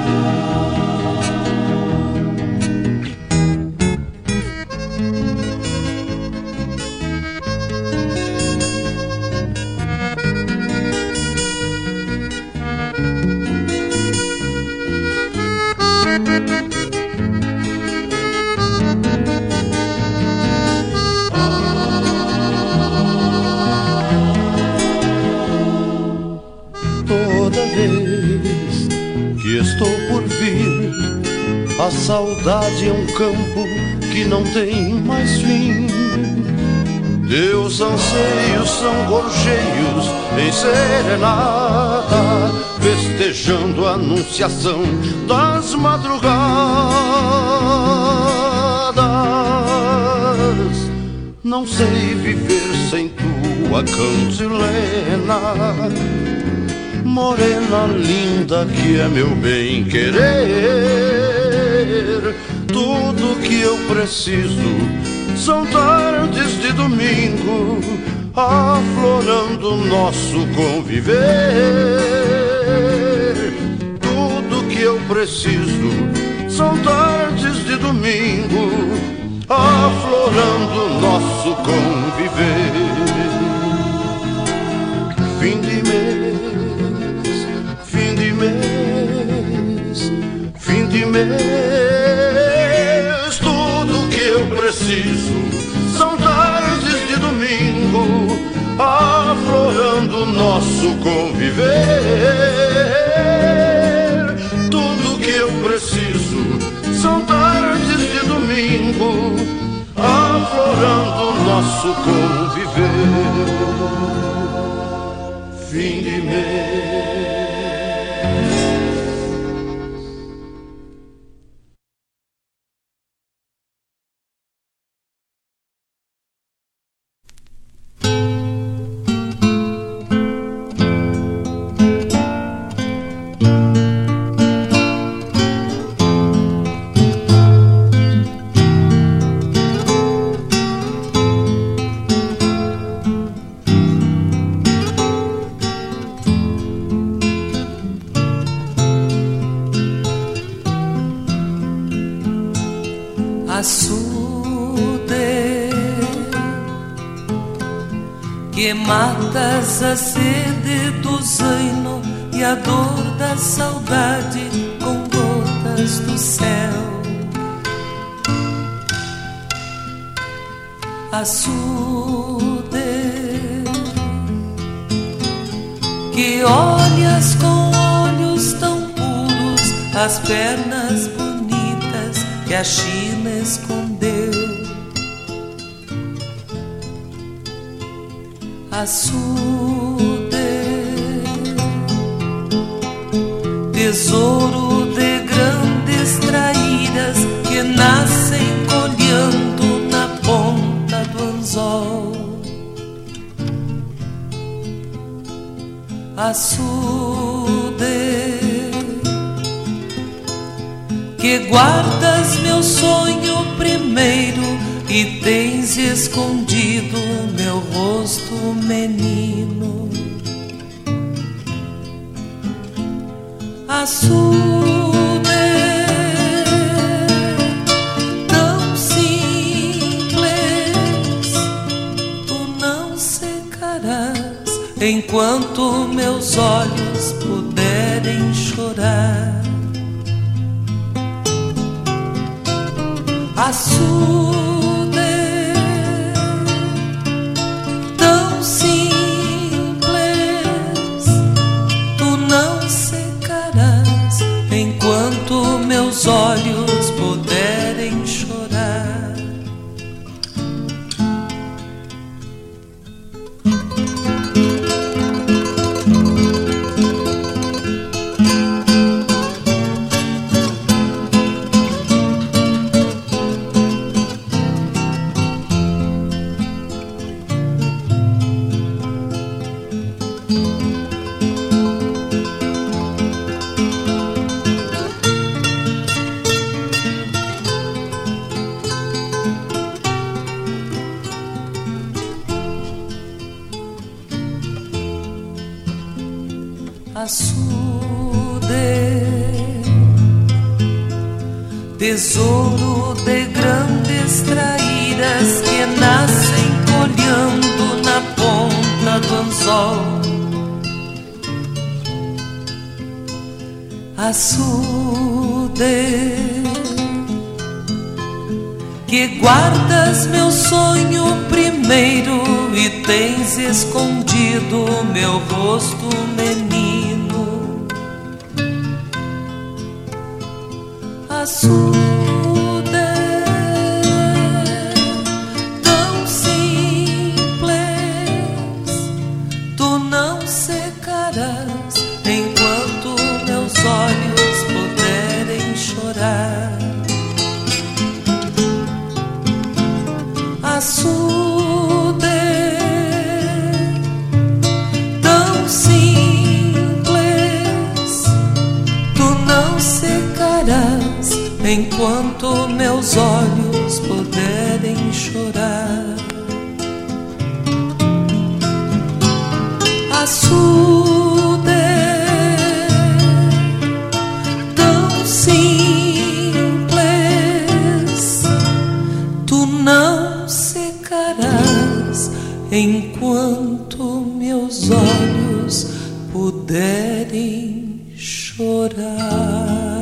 [SPEAKER 16] Estou por vir, a saudade é um campo que não tem mais fim. Teus anseios são gorjeios em serenata, festejando a anunciação das madrugadas. Não sei viver sem tua cantilena, morena linda que é meu bem querer. Tudo que eu preciso são tardes de domingo, aflorando nosso conviver. Tudo que eu preciso são tardes de domingo, aflorando nosso conviver. Fim de mês, fim de mês,
[SPEAKER 5] nosso conviver. Tudo que eu preciso são tardes de domingo, aflorando nosso conviver. Fim de mês.
[SPEAKER 6] que matas a sede do zaino e a dor da saudade com gotas do céu. Açude, que olhas com olhos tão puros as pernas bonitas que a China escondeu. Açude, tesouro de grandes traíras que nascem colhendo na ponta do anzol. Açude, que guardas meu sonho primeiro e tens escondido meu rosto menino. Açude, tão simples, tu não secarás enquanto meus olhos puderem chorar. Açude, enquanto meus olhos puderem chorar. Tesouro de grandes traíras que nascem colhendo na ponta do anzol. Açude, que guardas meu sonho primeiro e tens escondido meu rosto menino. Açude, tão simples, tu não secarás enquanto meus olhos puderem chorar. Açude, tão simples, tu não secarás enquanto meus olhos puderem chorar. Açude, tão simples, tu não secarás enquanto meus olhos puderem chorar.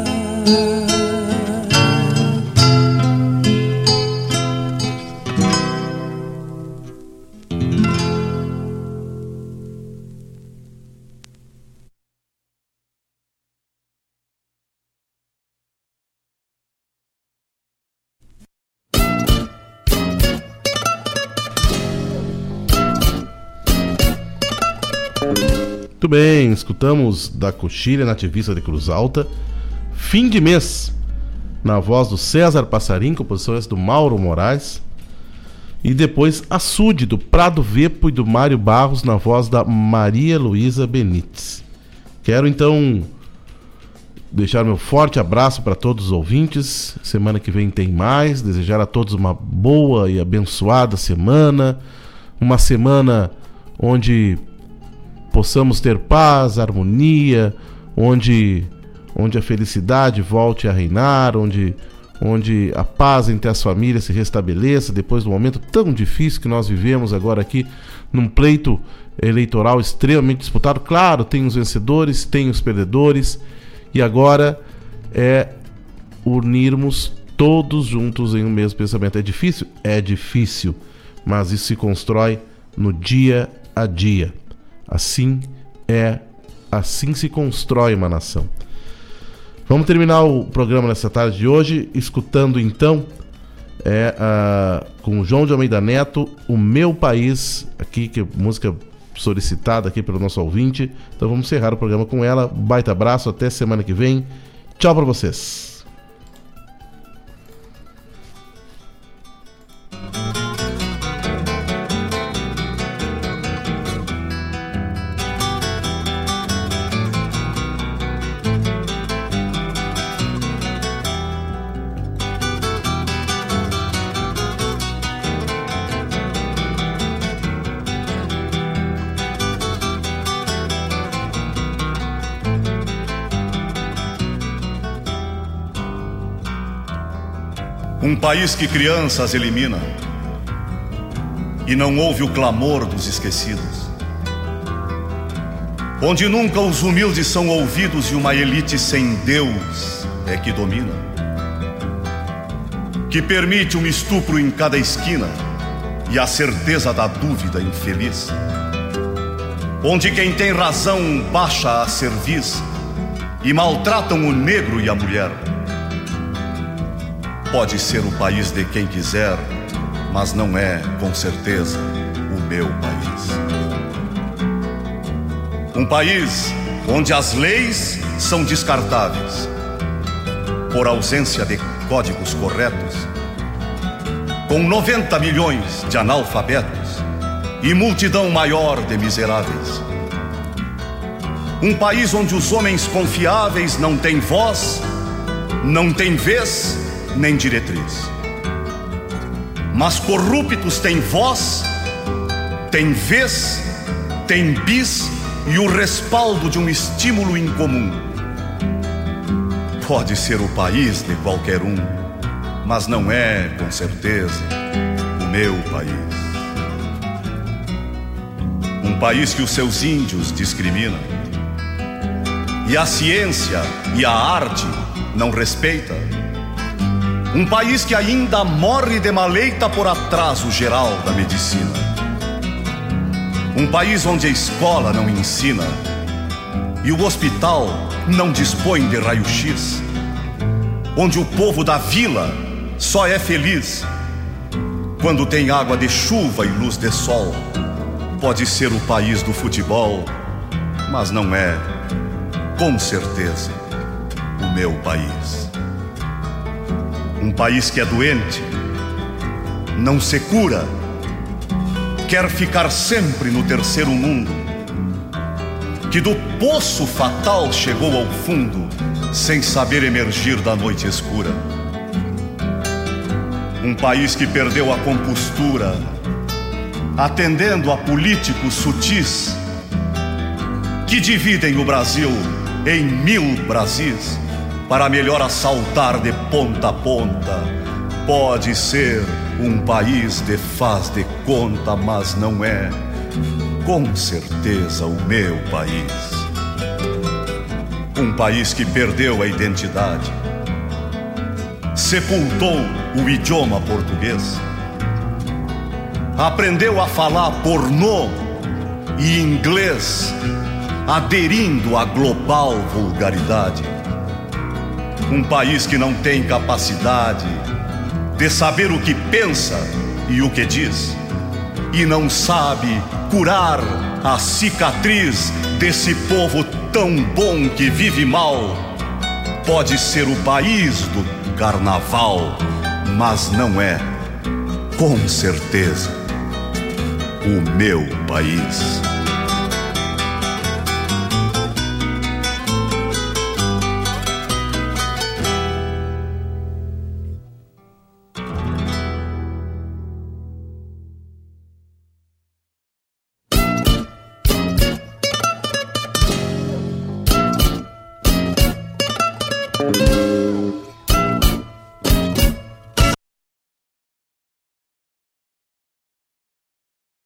[SPEAKER 2] Muito bem, escutamos da Coxilha Nativista de Cruz Alta, Fim de Mês, na voz do César Passarim, composições do Mauro Moraes. E depois Açude, do Prado Vepo e do Mário Barros, na voz da Maria Luísa Benites. Quero então deixar meu forte abraço para todos os ouvintes. Semana que vem tem mais. Desejar a todos uma boa e abençoada semana. Uma semana onde possamos ter paz, harmonia, onde a felicidade volte a reinar, onde a paz entre as famílias se restabeleça depois do momento tão difícil que nós vivemos agora aqui num pleito eleitoral extremamente disputado. Claro, tem os vencedores, tem os perdedores, e agora é unirmos todos juntos em um mesmo pensamento. É difícil? É difícil, mas isso se constrói no dia a dia. Assim se constrói uma nação. Vamos terminar o programa nessa tarde de hoje escutando então com o João de Almeida Neto, O Meu País, aqui, que é música solicitada aqui pelo nosso ouvinte. Então vamos encerrar o programa com ela. Baita abraço, até semana que vem. Tchau para vocês.
[SPEAKER 1] Um país que crianças elimina e não ouve o clamor dos esquecidos, onde nunca os humildes são ouvidos e uma elite sem Deus é que domina, que permite um estupro em cada esquina e a certeza da dúvida infeliz, onde quem tem razão baixa a cerviz e maltratam o negro e a mulher. Pode ser o país de quem quiser, mas não é, com certeza, o meu país. Um país onde as leis são descartáveis, por ausência de códigos corretos, com 90 milhões de analfabetos e multidão maior de miseráveis. Um país onde os homens confiáveis não têm voz, não têm vez, nem diretriz. Mas corruptos têm voz, têm vez, têm bis e o respaldo de um estímulo incomum. Pode ser o país de qualquer um, mas não é, com certeza, o meu país. Um país que os seus índios discrimina e a ciência e a arte não respeita. Um país que ainda morre de maleita por atraso geral da medicina. Um país onde a escola não ensina e o hospital não dispõe de raio-x. Onde o povo da vila só é feliz quando tem água de chuva e luz de sol. Pode ser o país do futebol, mas não é, com certeza, o meu país. Um país que é doente, não se cura, quer ficar sempre no terceiro mundo, que do poço fatal chegou ao fundo, sem saber emergir da noite escura. Um país que perdeu a compostura, atendendo a políticos sutis, que dividem o Brasil em 1000 Brasis, para melhor assaltar de ponta a ponta. Pode ser um país de faz de conta, mas não é, com certeza, o meu país. Um país que perdeu a identidade, sepultou o idioma português, aprendeu a falar pornô e inglês, aderindo à global vulgaridade. Um país que não tem capacidade de saber o que pensa e o que diz, e não sabe curar a cicatriz desse povo tão bom que vive mal. Pode ser o país do carnaval, mas não é, com certeza, o meu país.